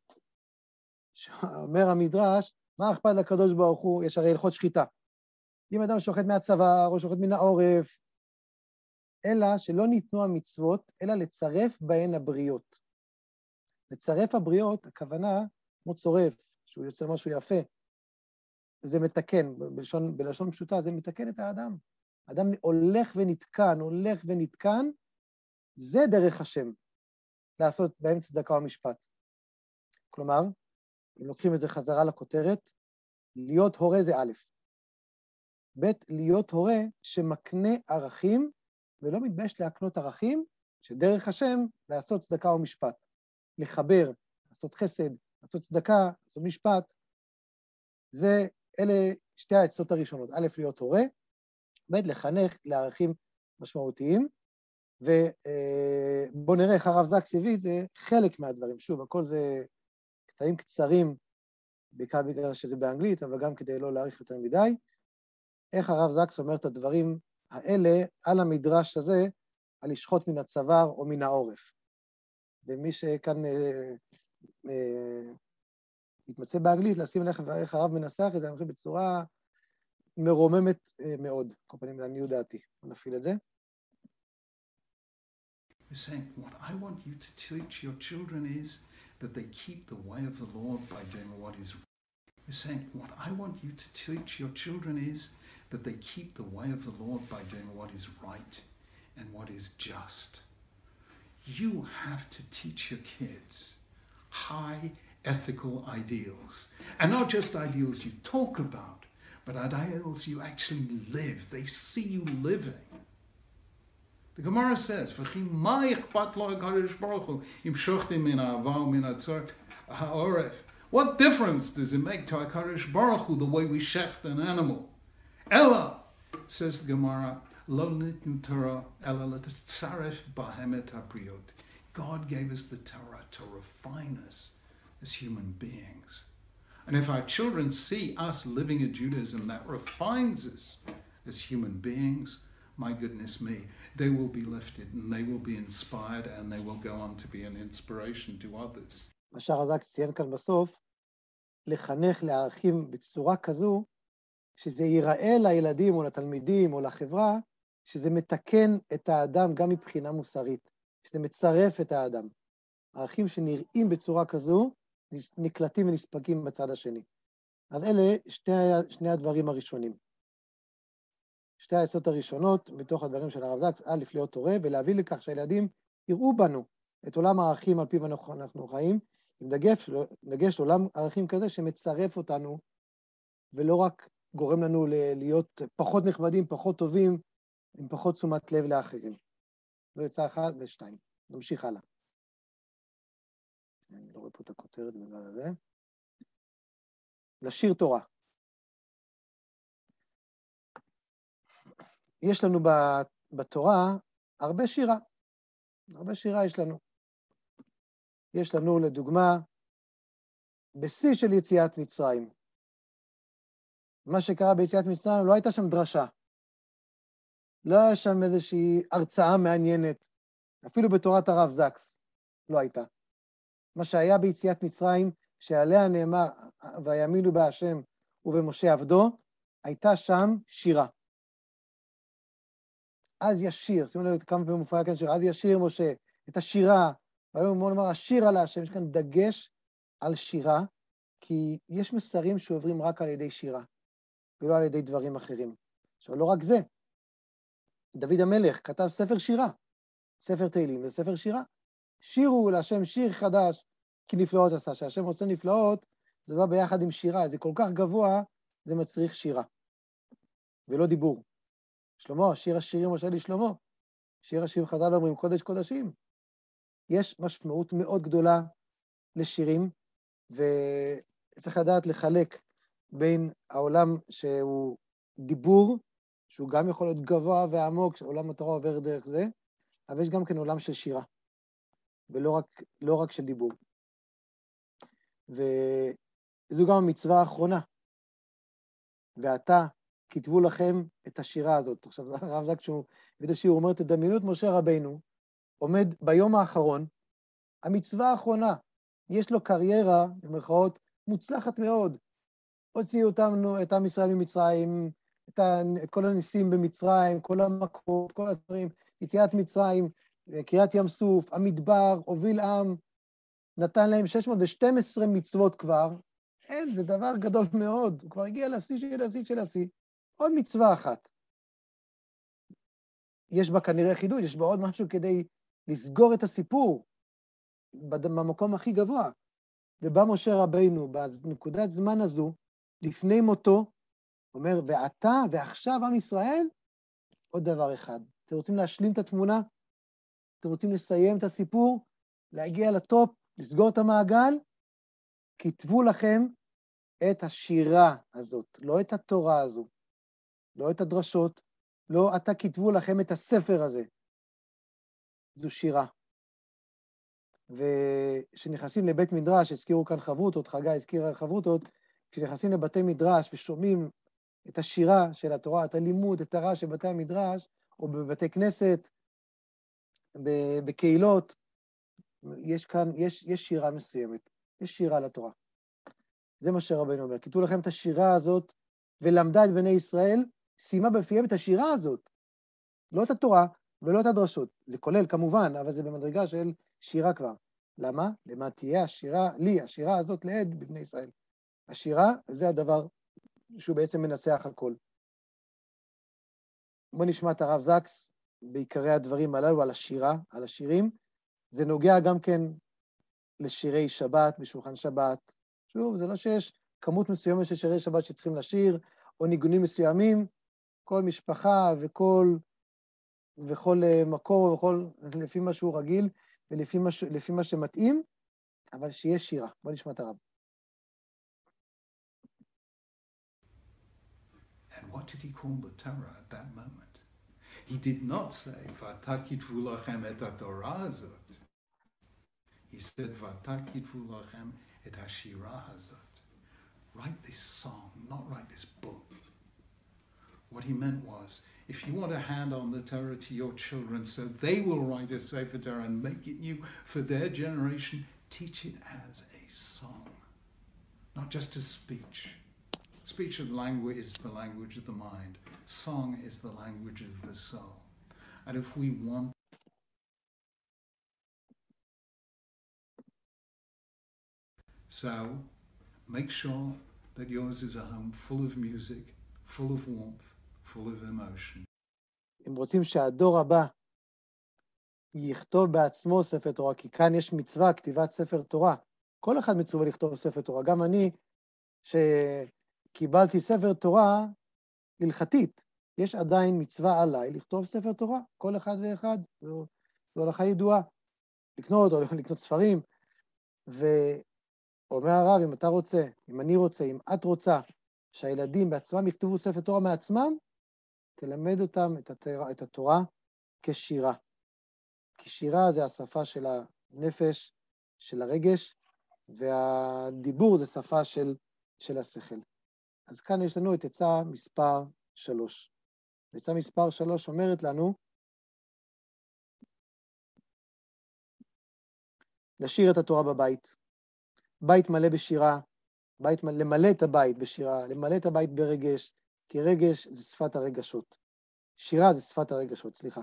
שאומר המדרש, מה אכפת לקדוש ברוך הוא? יש הרי הלכות שחיטה. אם אדם שוחט מהצוואר או שוחט מן העורף, אלא שלא ניתנו המצוות, אלא לצרף בהן הבריות. לצרף הבריות, הכוונה כמו צורף, שהוא יוצר משהו יפה. זה מתקן, בלשון פשוטה, זה מתקן את האדם. האדם הולך ונתקן, זה דרך השם, לעשות בהם צדקה ומשפט. כלומר, אם לוקחים את זה חזרה לכותרת, להיות הורה זה א', ב', להיות הורה שמקנה ערכים, ולא מתבייש להקנות ערכים, שדרך השם לעשות צדקה ומשפט. לחבר, לעשות חסד, לעשות צדקה, לעשות משפט. אלה שתי העצות הראשונות. א', להיות הורה, ב', לחנך לערכים משמעותיים, ובואו נראה איך הרב זקס הביא את זה, חלק מהדברים. שוב, הכל זה קטעים קצרים, בעיקר בגלל שזה באנגלית, אבל גם כדי לא להאריך יותר מדי. איך הרב זקס אומר את הדברים האלה על המדרש הזה, על לשחוט מן הצוואר או מן העורף. ומי שכאן יתמצא באנגלית, לשים לך איך הרב מנסח את זה, אני חושב בצורה מרוממת מאוד, כל פנים לעניות דעתי. נפעיל את זה. He's saying, what I want you to teach your children is that they keep the way of the Lord by doing what is right. He's saying, what I want you to teach your children is that they keep the way of the Lord by doing what is right and what is just. You have to teach your kids high ethical ideals. And not just ideals you talk about, but ideals you actually live. They see you living. The Gemara says, "V'chi ma yichpat lo HaKadosh Baruch Hu im shochtim min ha'ava u'min hatzor ha'oref." What difference does it make to HaKadosh Baruch Hu the way we shecht an animal? Ella, says the Gemara, lo nitin Torah ella l'tzaref b'hemet habriot. God gave us the Torah to refine us as human beings. And if our children see us living a Judaism that refines us as human beings, my goodness me, they will be lifted and they will be inspired and they will go on to be an inspiration to others. מה שהרב זקס ציין כאן בסוף, לחנך לערכים בצורה כזו, שזה ייראה לילדים או לתלמידים או לחברה, שזה מתקן את האדם גם מבחינה מוסרית, שזה מצרף את האדם. ערכים שנראים בצורה כזו, נקלטים ונספגים בצד השני. אז אלה שני הדברים הראשונים. שתי העצות הראשונות, בתוך הדברים של הרב זקס, א', להיות הורה, ולהביא לכך שהילדים יראו בנו את עולם הערכים על פיו אנחנו חיים, עם דגש לעולם ערכים כזה שמצרף אותנו, ולא רק גורם לנו להיות פחות נכבדים, פחות טובים, עם פחות תשומת לב לאחרים. זו יצא 1 ו-2. נמשיך הלאה. אני לא רואה פה את הכותרת בגלל הזה. לשיר תורה. יש לנו בתורה הרבה שירה. הרבה שירה יש לנו. יש לנו לדוגמה, בשיא של יציאת מצרים. מה שקרה ביציאת מצרים, לא הייתה שם דרשה. לא היה שם איזושהי הרצאה מעניינת. אפילו בתורת הרב זקס לא הייתה. מה שהיה ביציאת מצרים, שעליה נאמר, ויאמינו בהשם ובמשה עבדו, הייתה שם שירה. אז ישיר, שימו לב כמה פעמים מופיע כאן שיר, אז ישיר משה, את השירה, והיום בואו נאמר, השיר על השם, יש כאן דגש על שירה, כי יש מסרים שעוברים רק על ידי שירה, ולא על ידי דברים אחרים. עכשיו, לא רק זה, דוד המלך כתב ספר שירה, ספר תהילים וספר שירה. שירו להשם שיר חדש, כי נפלאות עשה. שהשם עושה נפלאות, זה בא ביחד עם שירה, זה כל כך גבוה, זה מצריך שירה, ולא דיבור. שלמה, שיר השירים משה לשלמה, שיר השירים חז"ל אומרים קודש קודשים. יש משמעות מאוד גדולה לשירים, וצריך לדעת לחלק בין העולם שהוא דיבור, שהוא גם יכול להיות גבוה ועמוק, שעולם התורה עובר דרך זה, אבל יש גם כן עולם של שירה, ולא רק של דיבור. וזו גם המצווה האחרונה. ועתה כתבו לכם את השירה הזאת. עכשיו, הרב זק, כשהוא הביא את השיר, הוא אומר, תדמיינו את משה רבינו, עומד ביום האחרון, המצווה האחרונה, יש לו קריירה, במרכאות, מוצלחת מאוד. הוציאו אותנו, את עם ישראל ממצרים, את כל הניסים במצרים, כל המכות, כל הדברים, יציאת מצרים, קריאת ים סוף, המדבר, הוביל עם, נתן להם 612 מצוות כבר. אין, זה דבר גדול מאוד, הוא כבר הגיע לשיא של השיא של השיא. עוד מצווה אחת. יש בה כנראה חידוש, יש בה עוד משהו כדי לסגור את הסיפור, במקום הכי גבוה. ובא משה רבינו, בנקודת זמן הזו, לפני מותו, אומר, ועתה ועכשיו עם ישראל, עוד דבר אחד. אתם רוצים להשלים את התמונה? אתם רוצים לסיים את הסיפור? להגיע לטופ, לסגור את המעגל? כתבו לכם את השירה הזאת, לא את התורה הזו, לא את הדרשות, לא עתה כתבו לכם את הספר הזה. זו שירה. וכשנכנסים לבית מדרש, הזכירו כאן חברותות, חגי הזכירה חברותות, כשנכנסים לבתי מדרש ושומעים את השירה של התורה, את הלימוד, את הרע של בתי המדרש, או בבתי כנסת, בקהילות, יש שירה מסוימת, יש שירה לתורה. זה מה שרבנו אומר, כתבו לכם את השירה הזאת, ולמדה את בני ישראל, סיימה בפיהם את השירה הזאת, לא את התורה ולא את הדרשות. זה כולל כמובן, אבל זה במדרגה של שירה כבר. למה? למה תהיה השירה הזאת לעד בבני ישראל. השירה זה הדבר שהוא בעצם מנצח הכל. בוא נשמע את הרב זקס בעיקרי הדברים הללו על השירה, על השירים. זה נוגע גם כן לשירי שבת, בשולחן שבת. שוב, זה לא שיש כמות מסוימת של שירי שבת שצריכים לשיר, או ניגונים מסוימים, כל משפחה וכל מקום, לפי מה שהוא רגיל, ולפי מה שמתאים, אבל שיש שירה. בוא נשמע את הרב. And what did he call the Torah at that moment? He did not say, "V'ata kitvu lachem et haTorah hazot." He said, "V'ata kitvu lachem et hashirah hazot." Write this song, not write this book. What he meant was, if you want to hand on the Torah to your children so they will write a Sefer Torah and make it new for their generation, teach it as a song, not just a speech. Speech of language is the language of the mind. Song is the language of the soul. And if we want so, make sure that yours is a home full of music, full of warmth, full of emotion. אם רוצים שהדור הבא יכתוב בעצמו ספר תורה, כי כאן יש מצווה, כתיבת ספר תורה. כל אחד מצווה לכתוב ספר תורה. גם אני, שקיבלתי ספר תורה הלכתית, יש עדיין מצווה עליי לכתוב ספר תורה. כל אחד ואחד, זו הלכה ידועה. לקנות או לקנות ספרים. ואומר הרב, אם אתה רוצה, אם אני רוצה, אם את רוצה, שהילדים בעצמם יכתבו ספר תורה מעצמם, תלמד אותם את התורה כשירה. כי שירה זה השפה של הנפש, של הרגש, והדיבור זה שפה של השכל. אז כאן יש לנו את עצה מספר 3. עצה מספר 3 אומרת לנו, לשיר את התורה בבית, בית מלא בשירה, למלא את הבית בשירה, למלא את הבית ברגש, כי רגש זה שפת הרגשות. שירה זה שפת הרגשות, סליחה.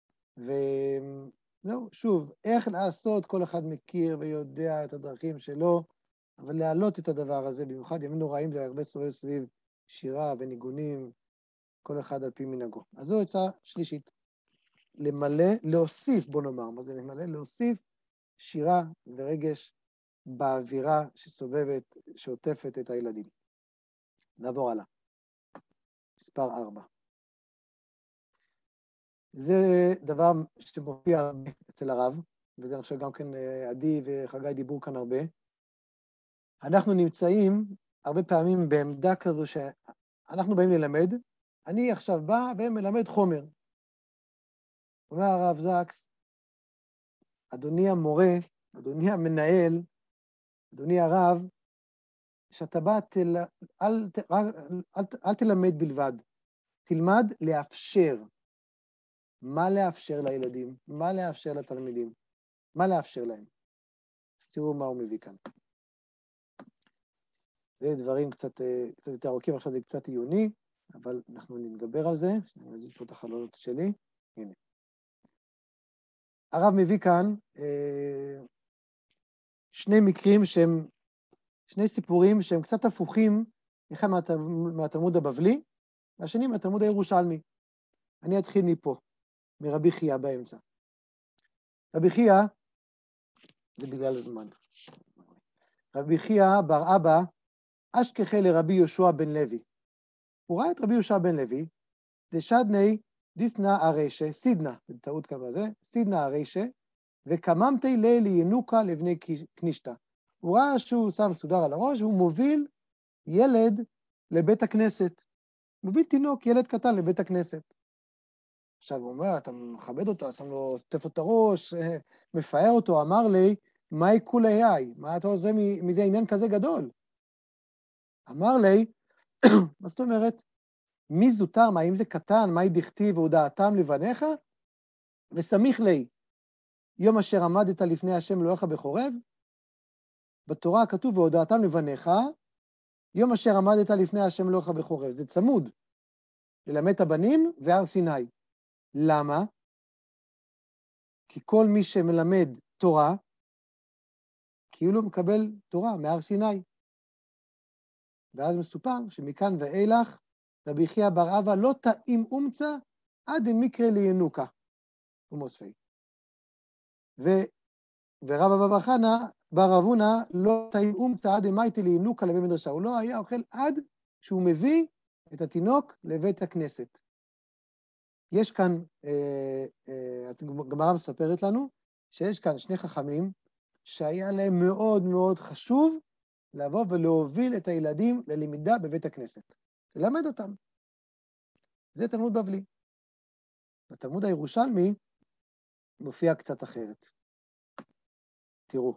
וזהו, שוב, איך לעשות, כל אחד מכיר ויודע את הדרכים שלו, אבל להעלות את הדבר הזה, במיוחד ימים נוראים, זה הרבה סביב שירה וניגונים, כל אחד על פי מנהגו. אז זו עצה שלישית. למלא, להוסיף, בוא נאמר, מה זה למלא? להוסיף שירה ורגש באווירה שסובבת, שעוטפת את הילדים. נעבור הלאה. מספר 4. זה דבר שמופיע הרבה אצל הרב, וזה אני חושב גם כן עדי וחגי דיברו כאן הרבה. אנחנו נמצאים הרבה פעמים בעמדה כזו שאנחנו באים ללמד, אני עכשיו בא ומלמד חומר. אומר הרב זקס, אדוני המורה, אדוני המנהל, אדוני הרב, שאתה בא, אל תלמד בלבד, תלמד לאפשר. מה לאפשר לילדים? מה לאפשר לתלמידים? מה לאפשר להם? אז תראו מה הוא מביא כאן. זה דברים קצת יותר ארוכים, עכשיו זה קצת עיוני, אבל אנחנו נתגבר על זה. אני מזיז פה את החלונות שלי. הנה. הרב מביא כאן שני מקרים שהם, שני סיפורים שהם קצת הפוכים, אחד מהתלמוד הבבלי, והשני מהתלמוד הירושלמי. אני אתחיל מפה, מרבי חייא באמצע. רבי חייא, זה בגלל הזמן. רבי חייא בר אבא, אשכחה לרבי יהושע בן לוי. הוא ראה את רבי יהושע בן לוי, דשדני דיסנה הרשע, סידנה, זה טעות כאן בזה, סידנה הרשע, וקממתי לילי ינוקה לבני כנישתא. הוא ראה שהוא שם סודר על הראש, והוא מוביל ילד לבית הכנסת. מוביל תינוק, ילד קטן לבית הכנסת. עכשיו הוא אומר, אתה מכבד אותו, שם לו, עוטף לו את הראש, מפאר אותו, אמר לי, מהי כולי, מה אתה עושה מזה עניין כזה גדול? אמר לי, מה זאת אומרת? מי זוטר, מה אם זה קטן, מהי דכתיב והודעתם לבניך? וסמיך לי, יום אשר עמדת לפני השם אלוהיך בחורב, בתורה כתוב והודעתם לבניך, יום אשר עמדת לפני השם אלוהיך בחורב, זה צמוד, ללמד את הבנים והר סיני. למה? כי כל מי שמלמד תורה, כאילו מקבל תורה מהר סיני. ואז מסופר שמכאן ואילך, רבי חייא בר אבא לא טעים אומצה עד מקרה לינוקה, ומוספי. ורב אבא חנא בר אבונה לא טעים אומצה עד מייטי לינוקה לבית מדרשה. הוא לא היה אוכל עד שהוא מביא את התינוק לבית הכנסת. יש כאן, הגמרא מספרת לנו, שיש כאן שני חכמים, שהיה להם מאוד מאוד חשוב לבוא ולהוביל את הילדים ללמידה בבית הכנסת. ללמד אותם. זה תלמוד בבלי. בתלמוד הירושלמי מופיע קצת אחרת. תראו.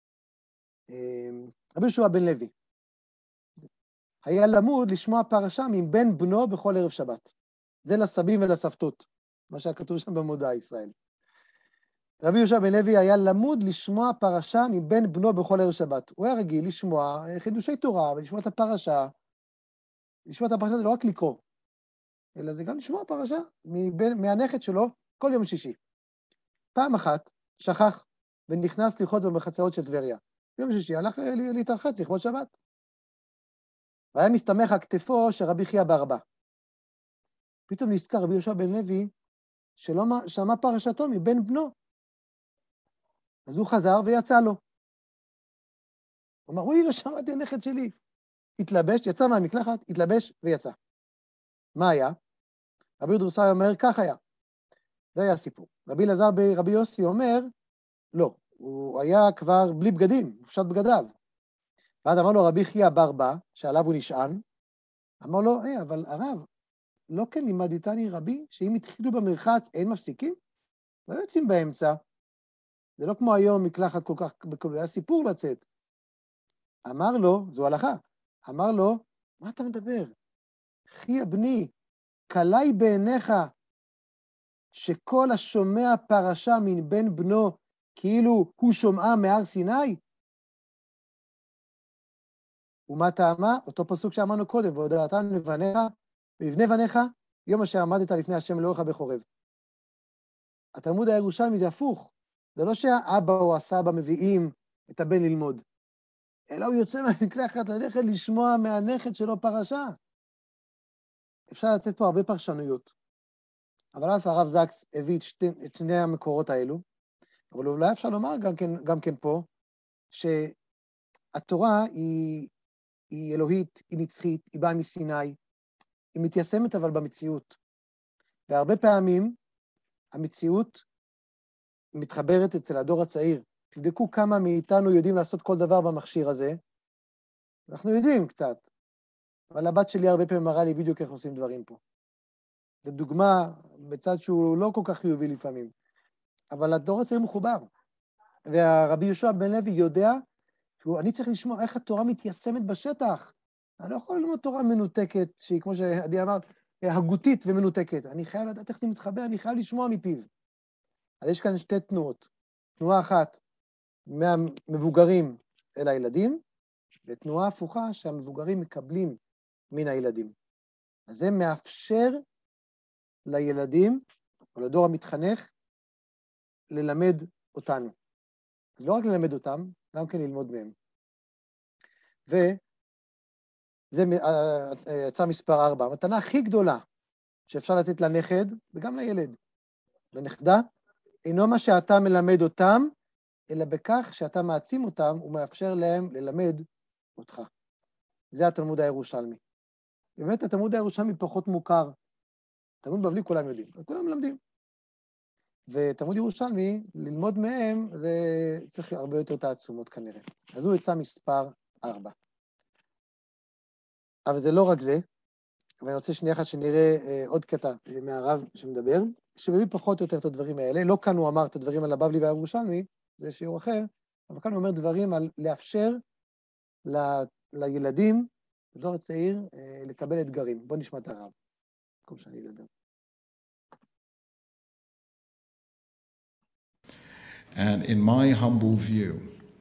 רבי יהושע בן לוי היה למוד לשמוע פרשה מבן בנו בכל ערב שבת. זה לסבים ולסבתות, מה שכתוב שם במודעה ישראל. רבי יהושע בן לוי היה למוד לשמוע פרשה מבן בנו בכל ערב שבת. הוא היה רגיל לשמוע חידושי תורה ולשמוע את הפרשה. לשמוע את הפרשה זה לא רק לקרוא, אלא זה גם לשמוע פרשה מהנכד שלו כל יום שישי. פעם אחת שכח ונכנס לרחוץ במחצאות של טבריה. ביום שישי הלך להתרחץ לכבוד שבת. והיה מסתמך על כתפו של רבי חייא בר אבא. פתאום נזכר רבי יהושע בן לוי שלא שמע פרשתו מבן בנו. אז הוא חזר ויצא לו. הוא אמר, אוי, לא שמעתי הנכד שלי. התלבש, יצא מהמקלחת, התלבש ויצא. מה היה? רבי דרוסאי אומר, כך היה. זה היה הסיפור. רבי אלעזר ברבי יוסי אומר, לא, הוא היה כבר בלי בגדים, הוא פשט בגדיו. ואז אמר לו רבי חייא בר אבא, שעליו הוא נשען, אמר לו, אבל הרב, לא כן לימד איתני רבי, שאם התחילו במרחץ אין מפסיקים? לא יוצאים באמצע. זה לא כמו היום מקלחת כל כך, היה סיפור לצאת. אמר לו, זו הלכה, אמר לו, מה אתה מדבר? חייא בני, קלי בעיניך, שכל השומע פרשה מן בן בנו, כאילו הוא שומעה מהר סיני? ומה טעמה? אותו פסוק שאמרנו קודם, והודעתם לבניך, ולבני בניך, יום אשר עמדת לפני השם אלוהיך בחורב. התלמוד הירושלמי זה הפוך. זה לא שהאבא או הסבא מביאים את הבן ללמוד, אלא הוא יוצא מהמקלחת ללכת לשמוע מהנכד שלו פרשה. אפשר לתת פה הרבה פרשנויות. אבל הרב זקס הביא את שני המקורות האלו, אבל אולי אפשר לומר גם כן פה, שהתורה היא אלוהית, היא נצחית, היא באה מסיני, היא מתיישמת אבל במציאות. והרבה פעמים המציאות מתחברת אצל הדור הצעיר. תבדקו כמה מאיתנו יודעים לעשות כל דבר במכשיר הזה. אנחנו יודעים קצת, אבל הבת שלי הרבה פעמים מראה לי בדיוק איך עושים דברים פה. זו דוגמה בצד שהוא לא כל כך חיובי לפעמים, אבל הדור הצעיר מחובר. והרבי יהושע בן לוי יודע שאני צריך לשמוע איך התורה מתיישמת בשטח. אני לא יכול ללמוד תורה מנותקת, שהיא כמו שעדי אמרת, הגותית ומנותקת. אני חייב לדעת איך זה מתחבר, אני חייב לשמוע מפיו. אז יש כאן שתי תנועות. תנועה אחת מהמבוגרים אל הילדים, ותנועה הפוכה שהמבוגרים מקבלים מן הילדים. אז זה מאפשר לילדים, או לדור המתחנך, ללמד אותנו. אז לא רק ללמד אותם, גם כן ללמוד מהם. וזה יצא מספר 4. המתנה הכי גדולה שאפשר לתת לנכד, וגם לילד, לנכדה, אינו מה שאתה מלמד אותם, אלא בכך שאתה מעצים אותם ומאפשר להם ללמד אותך. זה התלמוד הירושלמי. באמת התלמוד הירושלמי פחות מוכר. תלמוד בבלי כולם יודעים, כולם מלמדים. ותלמוד ירושלמי, ללמוד מהם, זה צריך הרבה יותר תעצומות כנראה. אז הוא יצא מספר 4. אבל זה לא רק זה, אבל אני רוצה שנייה אחת שנראה עוד קטע מהרב שמדבר, שמביא פחות או יותר את הדברים האלה. לא כאן הוא אמר את הדברים על הבבלי והירושלמי, זה שיעור אחר, אבל כאן הוא אומר דברים על לאפשר לילדים, לדור הצעיר, לקבל אתגרים. בוא נשמע את הרב, במקום שאני אדבר. And in my humble view,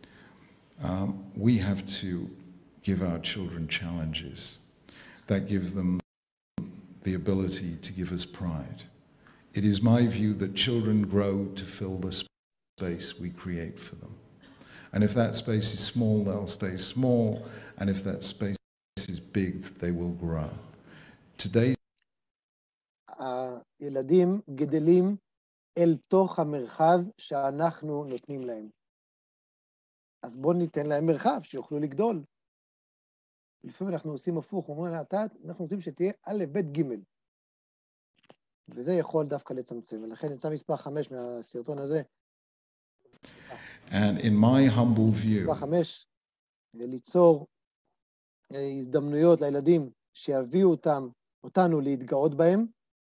we have to give our children challenges that give them the ability to give us pride. It is my view that children grow to fill the space we create for them. And if that space is small, they'll stay small. And if that space is big, they will grow. Today, הילדים גדלים אל תוך המרחב שאנחנו נותנים להם. אז בואו ניתן להם מרחב, שיוכלו לגדול. לפעמים אנחנו עושים הפוך, אומרים, אנחנו רוצים שתהיה א', ב', ג'. וזה יכול דווקא לצמצם, ולכן יצא מספר 5 מהסרטון הזה. And in my humble view, מספר 5, ליצור הזדמנויות לילדים שיביאו אותנו להתגאות בהם,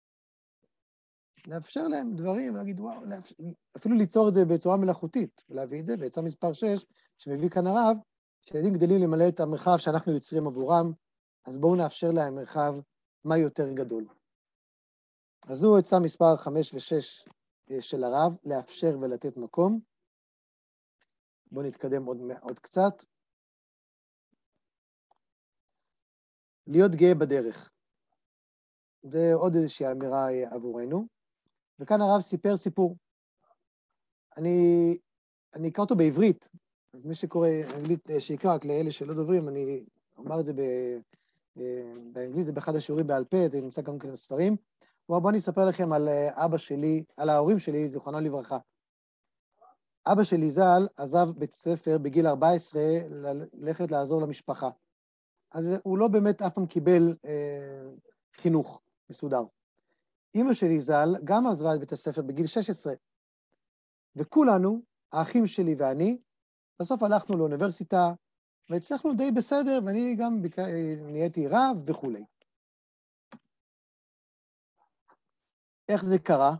לאפשר להם דברים, ולהגיד, וואו, אפילו ליצור את זה בצורה מלאכותית, ולהביא את זה, ויצא מספר 6, שמביא כאן הרב, שילדים גדלים למלא את המרחב שאנחנו יוצרים עבורם, אז בואו נאפשר להם מרחב מה יותר גדול. אז הוא יצא מספר 5 ו-6 של הרב, לאפשר ולתת מקום. בואו נתקדם עוד קצת. להיות גאה בדרך. זה עוד איזושהי אמירה עבורנו. וכאן הרב סיפר סיפור. אני אקרא אותו בעברית, אז מי שקורא אנגלית שיקרא, רק לאלה שלא דוברים, אני אומר את זה באנגלית, זה באחד השיעורים בעל פה, זה נמצא גם כאן בספרים. בואו אני אספר לכם על אבא שלי, על ההורים שלי, זיכרונם לברכה. אבא שלי ז"ל עזב בית ספר בגיל 14 ללכת לעזור למשפחה. אז הוא לא באמת אף פעם קיבל חינוך מסודר. אמא שלי ז"ל גם עזבה את בית הספר בגיל 16. וכולנו, האחים שלי ואני, בסוף הלכנו לאוניברסיטה, והצלחנו די בסדר, ואני גם נהייתי רב וכו'. איך זה קרה?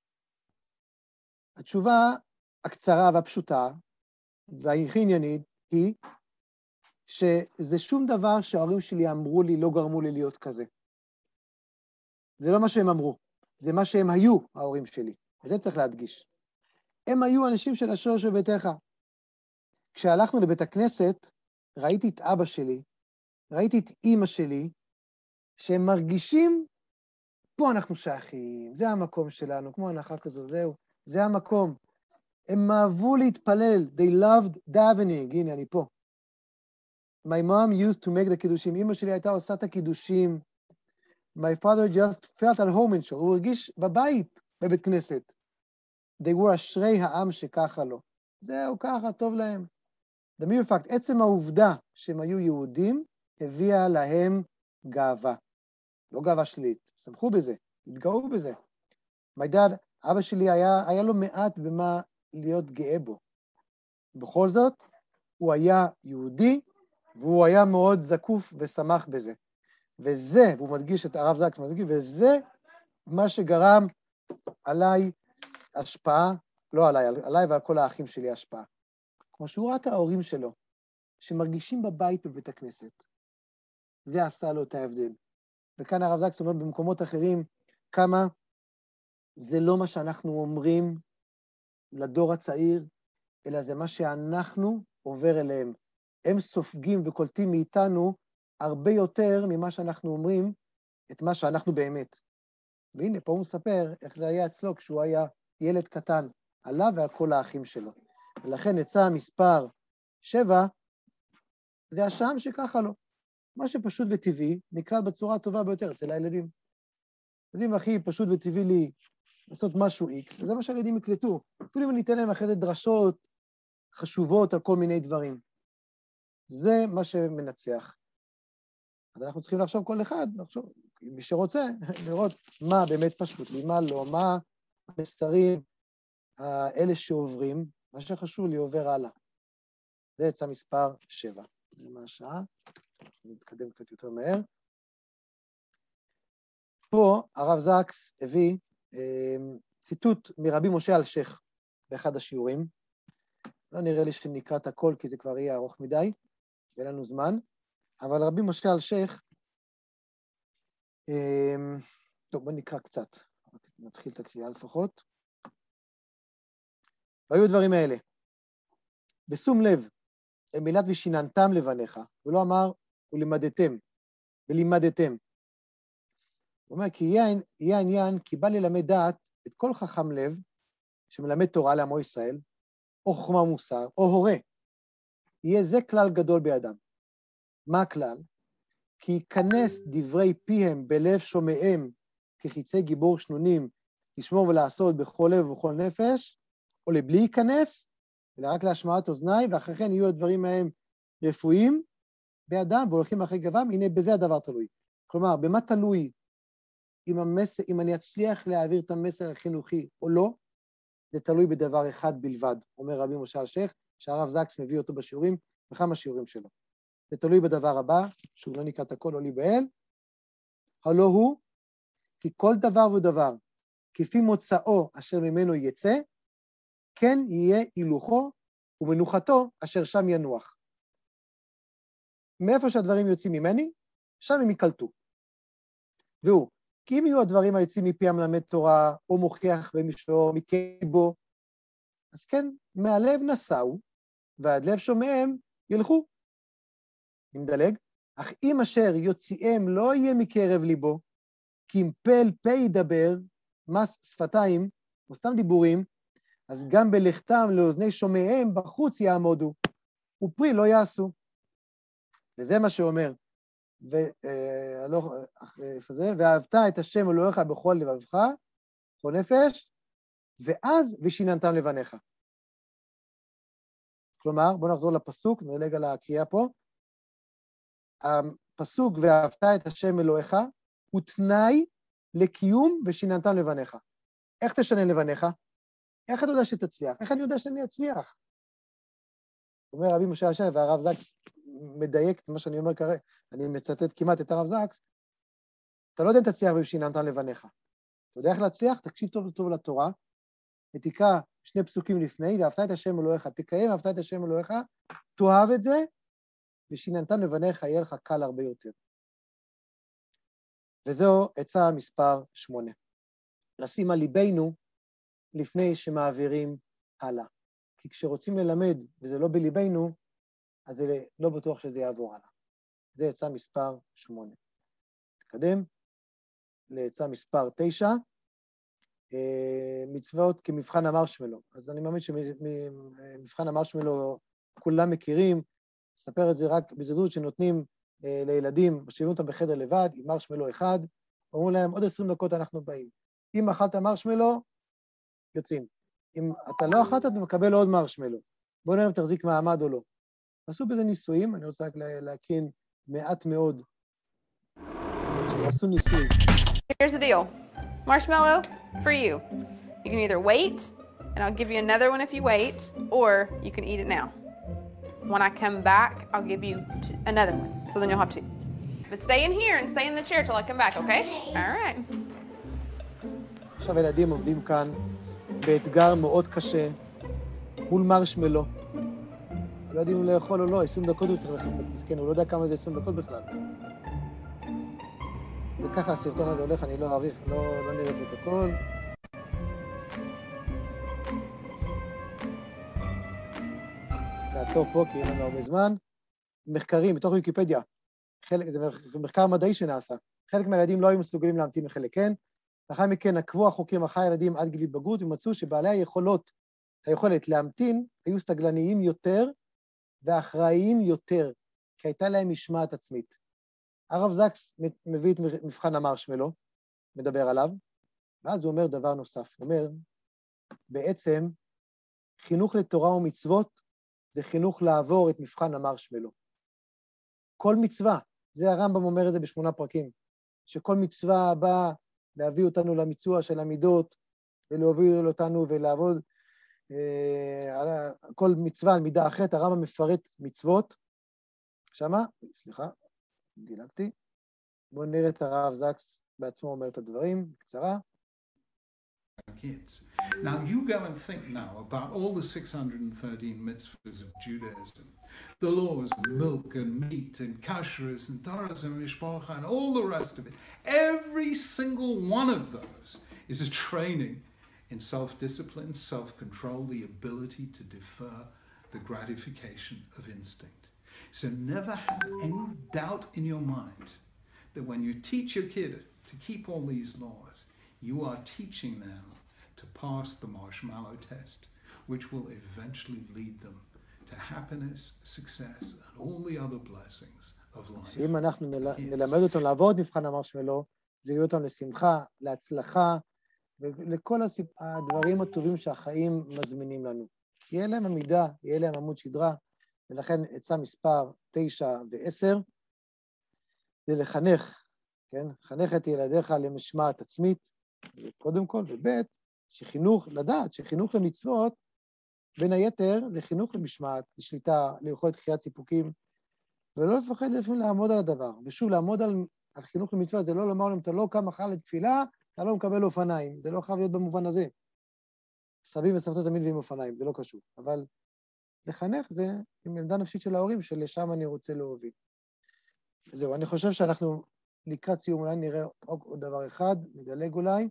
התשובה הקצרה והפשוטה, והכי עניינית, היא שזה שום דבר שההורים שלי אמרו לי, לא גרמו לי להיות כזה. זה לא מה שהם אמרו, זה מה שהם היו, ההורים שלי. וזה צריך להדגיש. הם היו אנשים של השורש בביתך. כשהלכנו לבית הכנסת, ראיתי את אבא שלי, ראיתי את אמא שלי, שהם מרגישים, פה אנחנו שייכים, זה המקום שלנו, כמו הנחה כזו, זהו, זה המקום. הם אהבו להתפלל, they loved davening, הנה אני פה. My mom used to make the קידושים, אמא שלי הייתה עושה את הקידושים, my father just felt at home in shul, הוא הרגיש בבית, בבית כנסת. They were אשרי העם שככה לו. זהו, ככה, טוב להם. The mere fact, עצם העובדה שהם היו יהודים, הביאה להם גאווה. לא גאווה שלילית, שמחו בזה, התגאו בזה. My dad, אבא שלי היה לו מעט במה להיות גאה בו. בכל זאת, הוא היה יהודי, והוא היה מאוד זקוף ושמח בזה. וזה, והוא מדגיש את הרב זקס, וזה מה שגרם עליי השפעה, לא עליי ועל כל האחים שלי השפעה. כמו שהוא ראה את ההורים שלו, שמרגישים בבית בבית הכנסת. זה עשה לו את ההבדל. וכאן הרב זקס אומר במקומות אחרים, כמה זה לא מה שאנחנו אומרים לדור הצעיר, אלא זה מה שאנחנו עובר אליהם. הם סופגים וקולטים מאיתנו הרבה יותר ממה שאנחנו אומרים, את מה שאנחנו באמת. והנה, פה הוא מספר איך זה היה אצלו כשהוא היה ילד קטן, עליו ועל כל האחים שלו. ולכן עצה מספר 7, זה השם שככה לו. מה שפשוט וטבעי, נקלט בצורה הטובה ביותר אצל הילדים. אז אם הכי פשוט וטבעי לי לעשות משהו X, זה מה שהילדים יקלטו. אפילו אם אני אתן להם אחרי זה דרשות חשובות על כל מיני דברים. זה מה שמנצח. אז אנחנו צריכים לחשוב כל אחד, לחשוב, מי שרוצה, לראות מה באמת פשוט לי, מה לא, מה המסרים האלה שעוברים, מה שחשוב לי עובר הלאה. זה עצה מספר 7. זה מה השעה, נתקדם קצת יותר מהר. פה הרב זקס הביא ציטוט מרבי משה אלשיך באחד השיעורים. לא נראה לי שנקרא את הכל, כי זה כבר יהיה ארוך מדי, ואין לנו זמן. אבל רבי משה אלשיך, טוב, בוא נקרא קצת. נתחיל את הקריאה לפחות. והיו דברים האלה. בשום לב, מילת ושיננתם לבניך, הוא לא אמר, ולימדתם. הוא אומר, כי יהיה העניין, כי בא ללמד דעת את כל חכם לב, שמלמד תורה לעמו ישראל, או חוכמה מוסר, או הורה. יהיה זה כלל גדול בידם. מה הכלל? כי ייכנס דברי פיהם בלב שומעיהם, כחיצי גיבור שנונים, לשמור ולעשות בכל לב ובכל נפש, או לבלי ייכנס, אלא רק להשמעת אוזני, ואחרי כן יהיו הדברים מהם רפואיים בידם, והולכים אחרי גבם, הנה בזה הדבר תלוי. כלומר, במה תלוי אם אני אצליח להעביר את המסר החינוכי או לא, זה תלוי בדבר אחד בלבד, אומר רבי משה אלשיך, שהרב זקס מביא אותו בשיעורים, בכמה שיעורים שלו. זה תלוי בדבר הבא, שהוא לא נקרא את הכל או להיבהל, הלא הוא, כי כל דבר ודבר, כפי מוצאו אשר ממנו יצא, כן יהיה הילוכו ומנוחתו אשר שם ינוח. מאיפה שהדברים יוצאים ממני, שם הם יקלטו. והוא, כי אם יהיו הדברים היוצאים מפי המלמד תורה, או מוכיח במישור, מקבו, אז כן, מהלב נסעו, ועד לב שומעיהם ילכו. אני מדלג, אך אם אשר יוציאם לא יהיה מקרב ליבו, כי אם פה ידבר, מס שפתיים, או סתם דיבורים, אז גם בלכתם לאוזני שומעיהם בחוץ יעמודו, ופרי לא יעשו. וזה מה שאומר, ואהבת את השם אלוהיך בכל לבבך, בכל נפש, ואז ושיננתם לבניך. כלומר, בואו נחזור לפסוק, נדלג על הקריאה פה. הפסוק ואהבת את השם אלוהיך הוא תנאי לקיום ושיננתם לבניך. איך תשנן לבניך? איך אתה יודע שתצליח? איך אני יודע שאני אצליח? אומר רבי משה אלשיך, והרב זקס מדייק את מה שאני אומר כרגע, אני מצטט כמעט את הרב זקס, אתה לא יודע אם תצליח ושיננתם לבניך. אתה יודע איך להצליח? תקשיב טוב טוב לתורה, ותקרא 2 פסוקים לפני, ואהבת את השם אלוהיך, תקיים, אהבת את השם אלוהיך, תאהב את זה, ושיננתם לבניך יהיה לך קל הרבה יותר. וזו עצה מספר 8. לשים על ליבנו לפני שמעבירים הלאה. כי כשרוצים ללמד, וזה לא בליבנו, אז זה לא בטוח שזה יעבור הלאה. זה עצה מספר 8. נתקדם לעצה מספר 9, מצוות כמבחן המרשמלו. אז אני מאמין שמבחן המרשמלו כולם מכירים, אספר את זה רק בזריזות שנותנים לילדים, משאירים אותם בחדר לבד, עם מרשמלו אחד, אומרים להם, עוד 20 דקות אנחנו באים. אם אכלת מרשמלו, יוצאים. אם אתה לא אכלת, אתה מקבל עוד מרשמלו. בואו נראה אם תחזיק מעמד או לא. עשו בזה ניסויים, אני רוצה רק להקרין מעט מאוד. עשו ניסוי. Here's the deal. Marshmallow, for you. You can either wait, and I'll give you another one if you wait, or you can eat it now. When I come back, I'll give you another one, so then you'll have two. But stay in here and stay in the chair till I come back, okay? All right. עכשיו הילדים עומדים כאן באתגר מאוד קשה, מול מרשמלו. לא יודעים אם לאכול או לא, 20 דקות הוא צריך לחכות, מסכן, הוא לא יודע כמה זה 20 דקות בכלל. וככה הסרטון הזה הולך, אני לא אעריך, לא נראה את הכל. נעצור פה כי אין לנו הרבה זמן. מחקרים, מתוך ויקיפדיה, זה מחקר מדעי שנעשה. חלק מהילדים לא היו מסוגלים להמתין וחלק כן. לאחר מכן עקבו החוקרים אחרי ילדים עד גיל התבגרות ומצאו שבעלי היכולת להמתין היו סטגלניים יותר ואחראיים יותר, כי הייתה להם משמעת עצמית. הרב זקס מביא את מבחן המרשמלו, מדבר עליו, ואז הוא אומר דבר נוסף. הוא אומר, בעצם, חינוך לתורה ומצוות זה חינוך לעבור את מבחן המרשמלו. כל מצווה, זה הרמב"ם אומר את זה ב8 פרקים, שכל מצווה באה להביא אותנו למיצוע של המידות, ולהוביל אותנו ולעבוד על כל מצווה על מידה אחרת. הרמב"ם מפרט מצוות. שמה? סליחה, דילגתי. בואו נראה את הרב זקס בעצמו אומר את הדברים, בקצרה. Kids. Now you go and think now about all the 613 mitzvahs of Judaism, the laws of milk and meat and kashrus and taras and mishpacha and all the rest of it. Every single one of those is a training in self-discipline, self-control, the ability to defer the gratification of instinct. So never have any doubt in your mind that when you teach your kid to keep all these laws, you are teaching them to pass the marshmallow test, which will eventually lead them to happiness, success, and all the other blessings of life. שאם אנחנו נלמד אותם לעבוד מבחן המרשמלו, זה יהיה אותם לשמחה, להצלחה, ולכל הדברים הטובים שהחיים מזמינים לנו. יהיה להם עמידה, יהיה להם עמוד שדרה, ולכן עצה מספר 9 ו10, זה לחנך, כן? חנך את ילדיך למשמעת עצמית, קודם כל, ובית, שחינוך, לדעת שחינוך למצוות, בין היתר, זה חינוך למשמעת, לשליטה, ליכולת חיית סיפוקים, ולא לפחד לפעמים לעמוד על הדבר. ושוב, לעמוד על חינוך למצוות, זה לא לומר להם, אתה לא קם מחר לתפילה, אתה לא מקבל אופניים, זה לא חייב להיות במובן הזה. סבים וסבתות תמיד ועם אופניים, זה לא קשור. אבל לחנך זה עם עמדה נפשית של ההורים, שלשם אני רוצה להוביל. זהו, אני חושב שאנחנו לקראת סיום, אולי נראה עוד דבר אחד, נדלג אולי.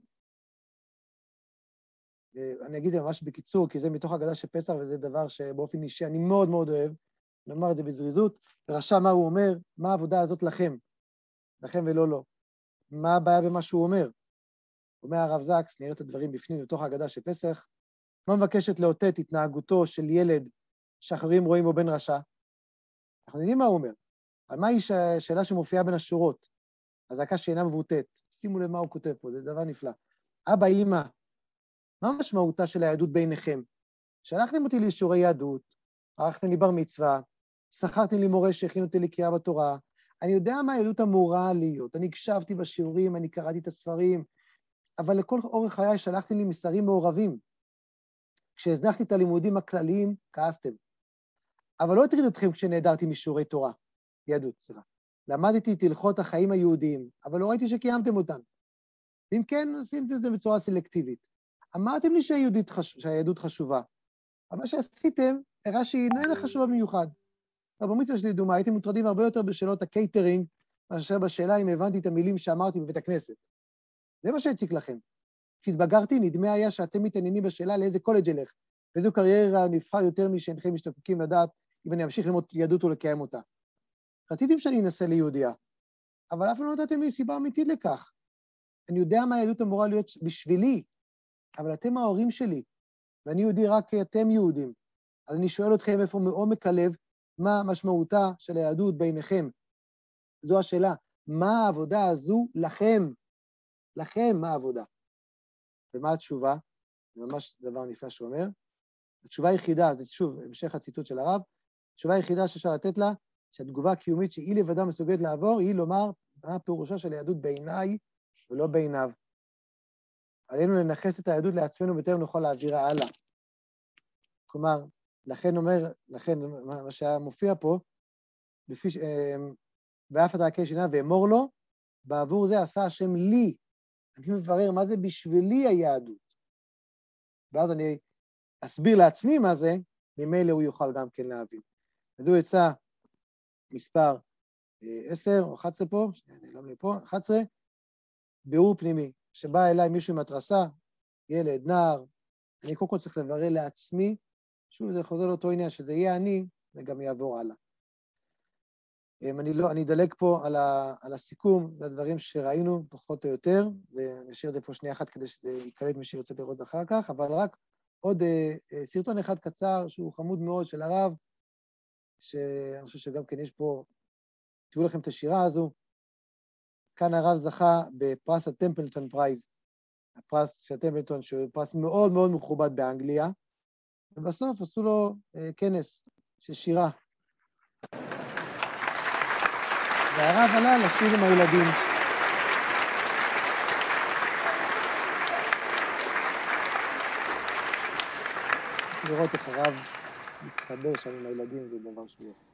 אני אגיד ממש בקיצור, כי זה מתוך הגדה של פסח, וזה דבר שבאופן אישי אני מאוד מאוד אוהב, נאמר את זה בזריזות. רש"ם מה הוא אומר, מה העבודה הזאת לכם? לכם ולא לא. מה הבעיה במה שהוא אומר? אומר הרב זקס, נראה את הדברים בפנים, מתוך הגדה של פסח, מה מבקשת לאותת התנהגותו של ילד שאחרים רואים בו בן רשע? אנחנו יודעים מה הוא אומר. על מהי שאלה שמופיעה בין השורות? הזעקה שאינה מבוטאת. שימו לב מה הוא כותב פה, זה דבר נפלא. אבא, אמא, מה המשמעותה של היהדות ביניכם? שלחתם אותי לשיעורי יהדות, ערכתם לי בר מצווה, שכרתם לי מורה שהכין אותי לקריאה בתורה, אני יודע מה היהדות אמורה להיות, אני הקשבתי בשיעורים, אני קראתי את הספרים, אבל לכל אורך חיי שלחתם לי מסרים מעורבים. כשהזנחתי את הלימודים הכלליים, כעסתם. אבל לא הטריד אתכם כשנעדרתי משיעורי תורה, יהדות, סליחה. למדתי את הלכות החיים היהודיים, אבל לא ראיתי שקיימתם אותן. ואם כן, עשיתם את זה בצורה סלקטיבית. אמרתם לי שהיהדות חשובה, אבל מה שעשיתם, הראה שהיא איננה חשובה במיוחד. במצווה שלי דומה, הייתם מוטרדים הרבה יותר בשאלות הקייטרינג, מאשר בשאלה אם הבנתי את המילים שאמרתי בבית הכנסת. זה מה שהציק לכם. כשהתבגרתי, נדמה היה שאתם מתעניינים בשאלה לאיזה קולג' אלך, וזו קריירה נבחר יותר משאינכם משתוקקים לדעת אם אני אמשיך ללמוד יהדות ולקיים אותה. רציתם שאני אנסה ליהודיה, אבל אף לא נתתם לי סיבה אמיתית לכך. אני יודע מה היהדות אמורה להיות בשבילי, אבל אתם ההורים שלי, ואני יהודי רק כי אתם יהודים. אז אני שואל אתכם איפה מעומק הלב, מה משמעותה של היהדות ביניכם? זו השאלה, מה העבודה הזו לכם? לכם מה העבודה? ומה התשובה? זה ממש דבר נפלא שאומר. התשובה היחידה, זה שוב, המשך הציטוט של הרב, התשובה היחידה שאפשר לתת לה, שהתגובה הקיומית שהיא לבדה מסוגלת לעבור, היא לומר מה פירושה של היהדות בעיניי ולא בעיניו. עלינו לנחס את היהדות לעצמנו בטרם נוכל להעבירה הלאה. כלומר, לכן מה שמופיע פה, ואף אתה הקש עיניו ואמור לו, בעבור זה עשה השם לי. אני מברר מה זה בשבילי היהדות. ואז אני אסביר לעצמי מה זה, ממילא הוא יוכל גם כן להבין. וזו יצא מספר 10 או 11 פה, נעלם לי פה, 11, ביאור פנימי, שבא אליי מישהו עם התרסה, ילד, נער, אני קודם כל צריך לברר לעצמי, שוב זה חוזר לאותו עניין, שזה יהיה אני, זה גם יעבור הלאה. אני אדלג פה על הסיכום, זה הדברים שראינו פחות או יותר, נשאיר את זה פה שנייה אחת כדי שזה יקלט מי שירצה לראות אחר כך, אבל רק עוד סרטון אחד קצר שהוא חמוד מאוד של הרב, שאני חושב שגם כן יש פה, תראו לכם את השירה הזו, כאן הרב זכה בפרס הטמפלטון פרייז, הפרס של הטמפלטון שהוא פרס מאוד מאוד מכובד באנגליה, ובסוף עשו לו כנס של שירה. והרב עלה לשיר עם הילדים. לראות איך הרב מתחבר שם עם הילדים, זה דבר שהוא יפה.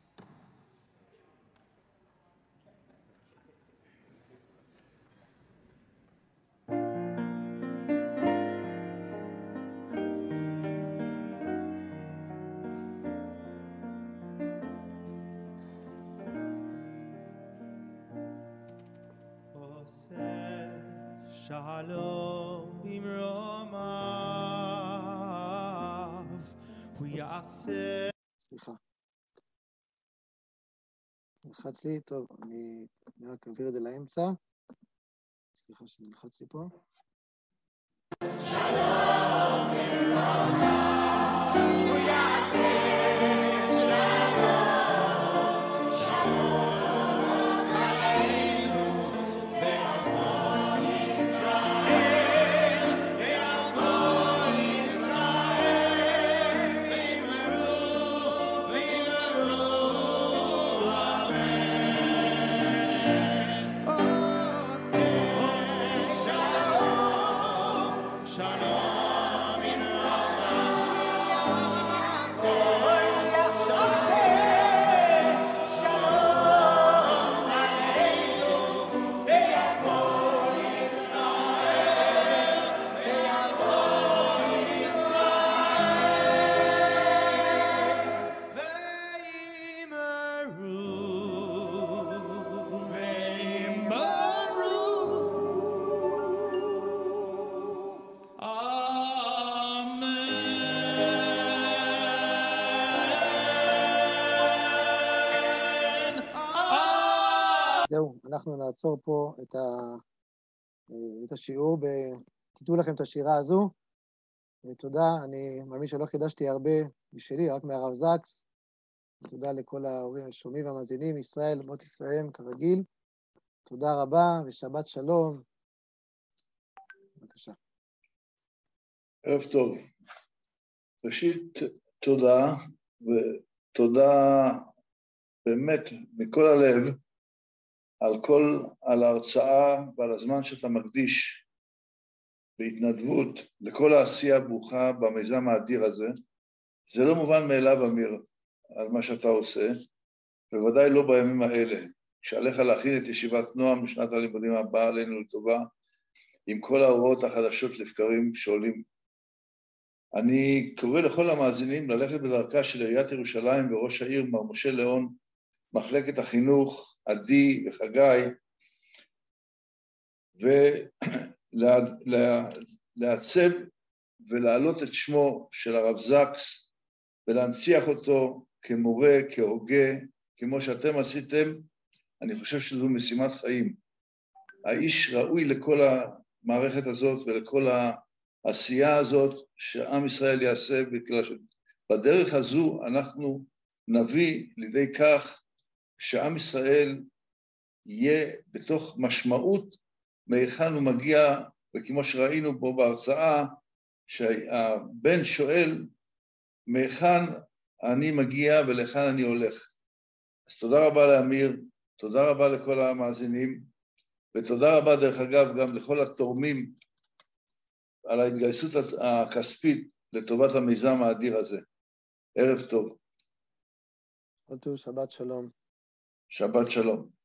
שלום במרומיו, הוא יעשה... סליחה. נלחץ לי, טוב, אני רק אעביר את זה לאמצע. סליחה שנלחץ לי פה. שלום במרומיו, הוא יעשה שלום, שלום. זהו, אנחנו נעצור פה את השיעור, תדעו לכם את השירה הזו, ותודה, אני מאמין שלא חידשתי הרבה משלי, רק מהרב זקס, ותודה לכל ההורים השומעים והמאזינים, ישראל, מות ישראל, כרגיל, תודה רבה ושבת שלום. בבקשה. ערב טוב. ראשית, תודה, ותודה באמת מכל הלב, על ההרצאה ועל הזמן שאתה מקדיש בהתנדבות לכל העשייה הברוכה במיזם האדיר הזה. זה לא מובן מאליו, אמיר, על מה שאתה עושה, בוודאי לא בימים האלה, כשעליך להכין את ישיבת נועם לשנת הלימודים הבאה עלינו לטובה, עם כל ההוראות החדשות לבקרים שעולים. אני קורא לכל המאזינים ללכת בדרכה של עיריית ירושלים וראש העיר מר משה ליאון, מחלקת החינוך, עדי וחגי, ולעצב ולהעלות את שמו של הרב זקס, ולהנציח אותו כמורה, כהוגה, כמו שאתם עשיתם, אני חושב שזו משימת חיים. האיש ראוי לכל המערכת הזאת ולכל העשייה הזאת שעם ישראל יעשה, בדרך הזו אנחנו נביא לידי כך שעם ישראל יהיה בתוך משמעות מהיכן הוא מגיע, וכמו שראינו פה בהרצאה, שהבן שואל מהיכן אני מגיע ולכאן אני הולך. אז תודה רבה לאמיר, תודה רבה לכל המאזינים, ותודה רבה דרך אגב גם לכל התורמים על ההתגייסות הכספית לטובת המיזם האדיר הזה. ערב טוב. שבת שלום. שבת שלום.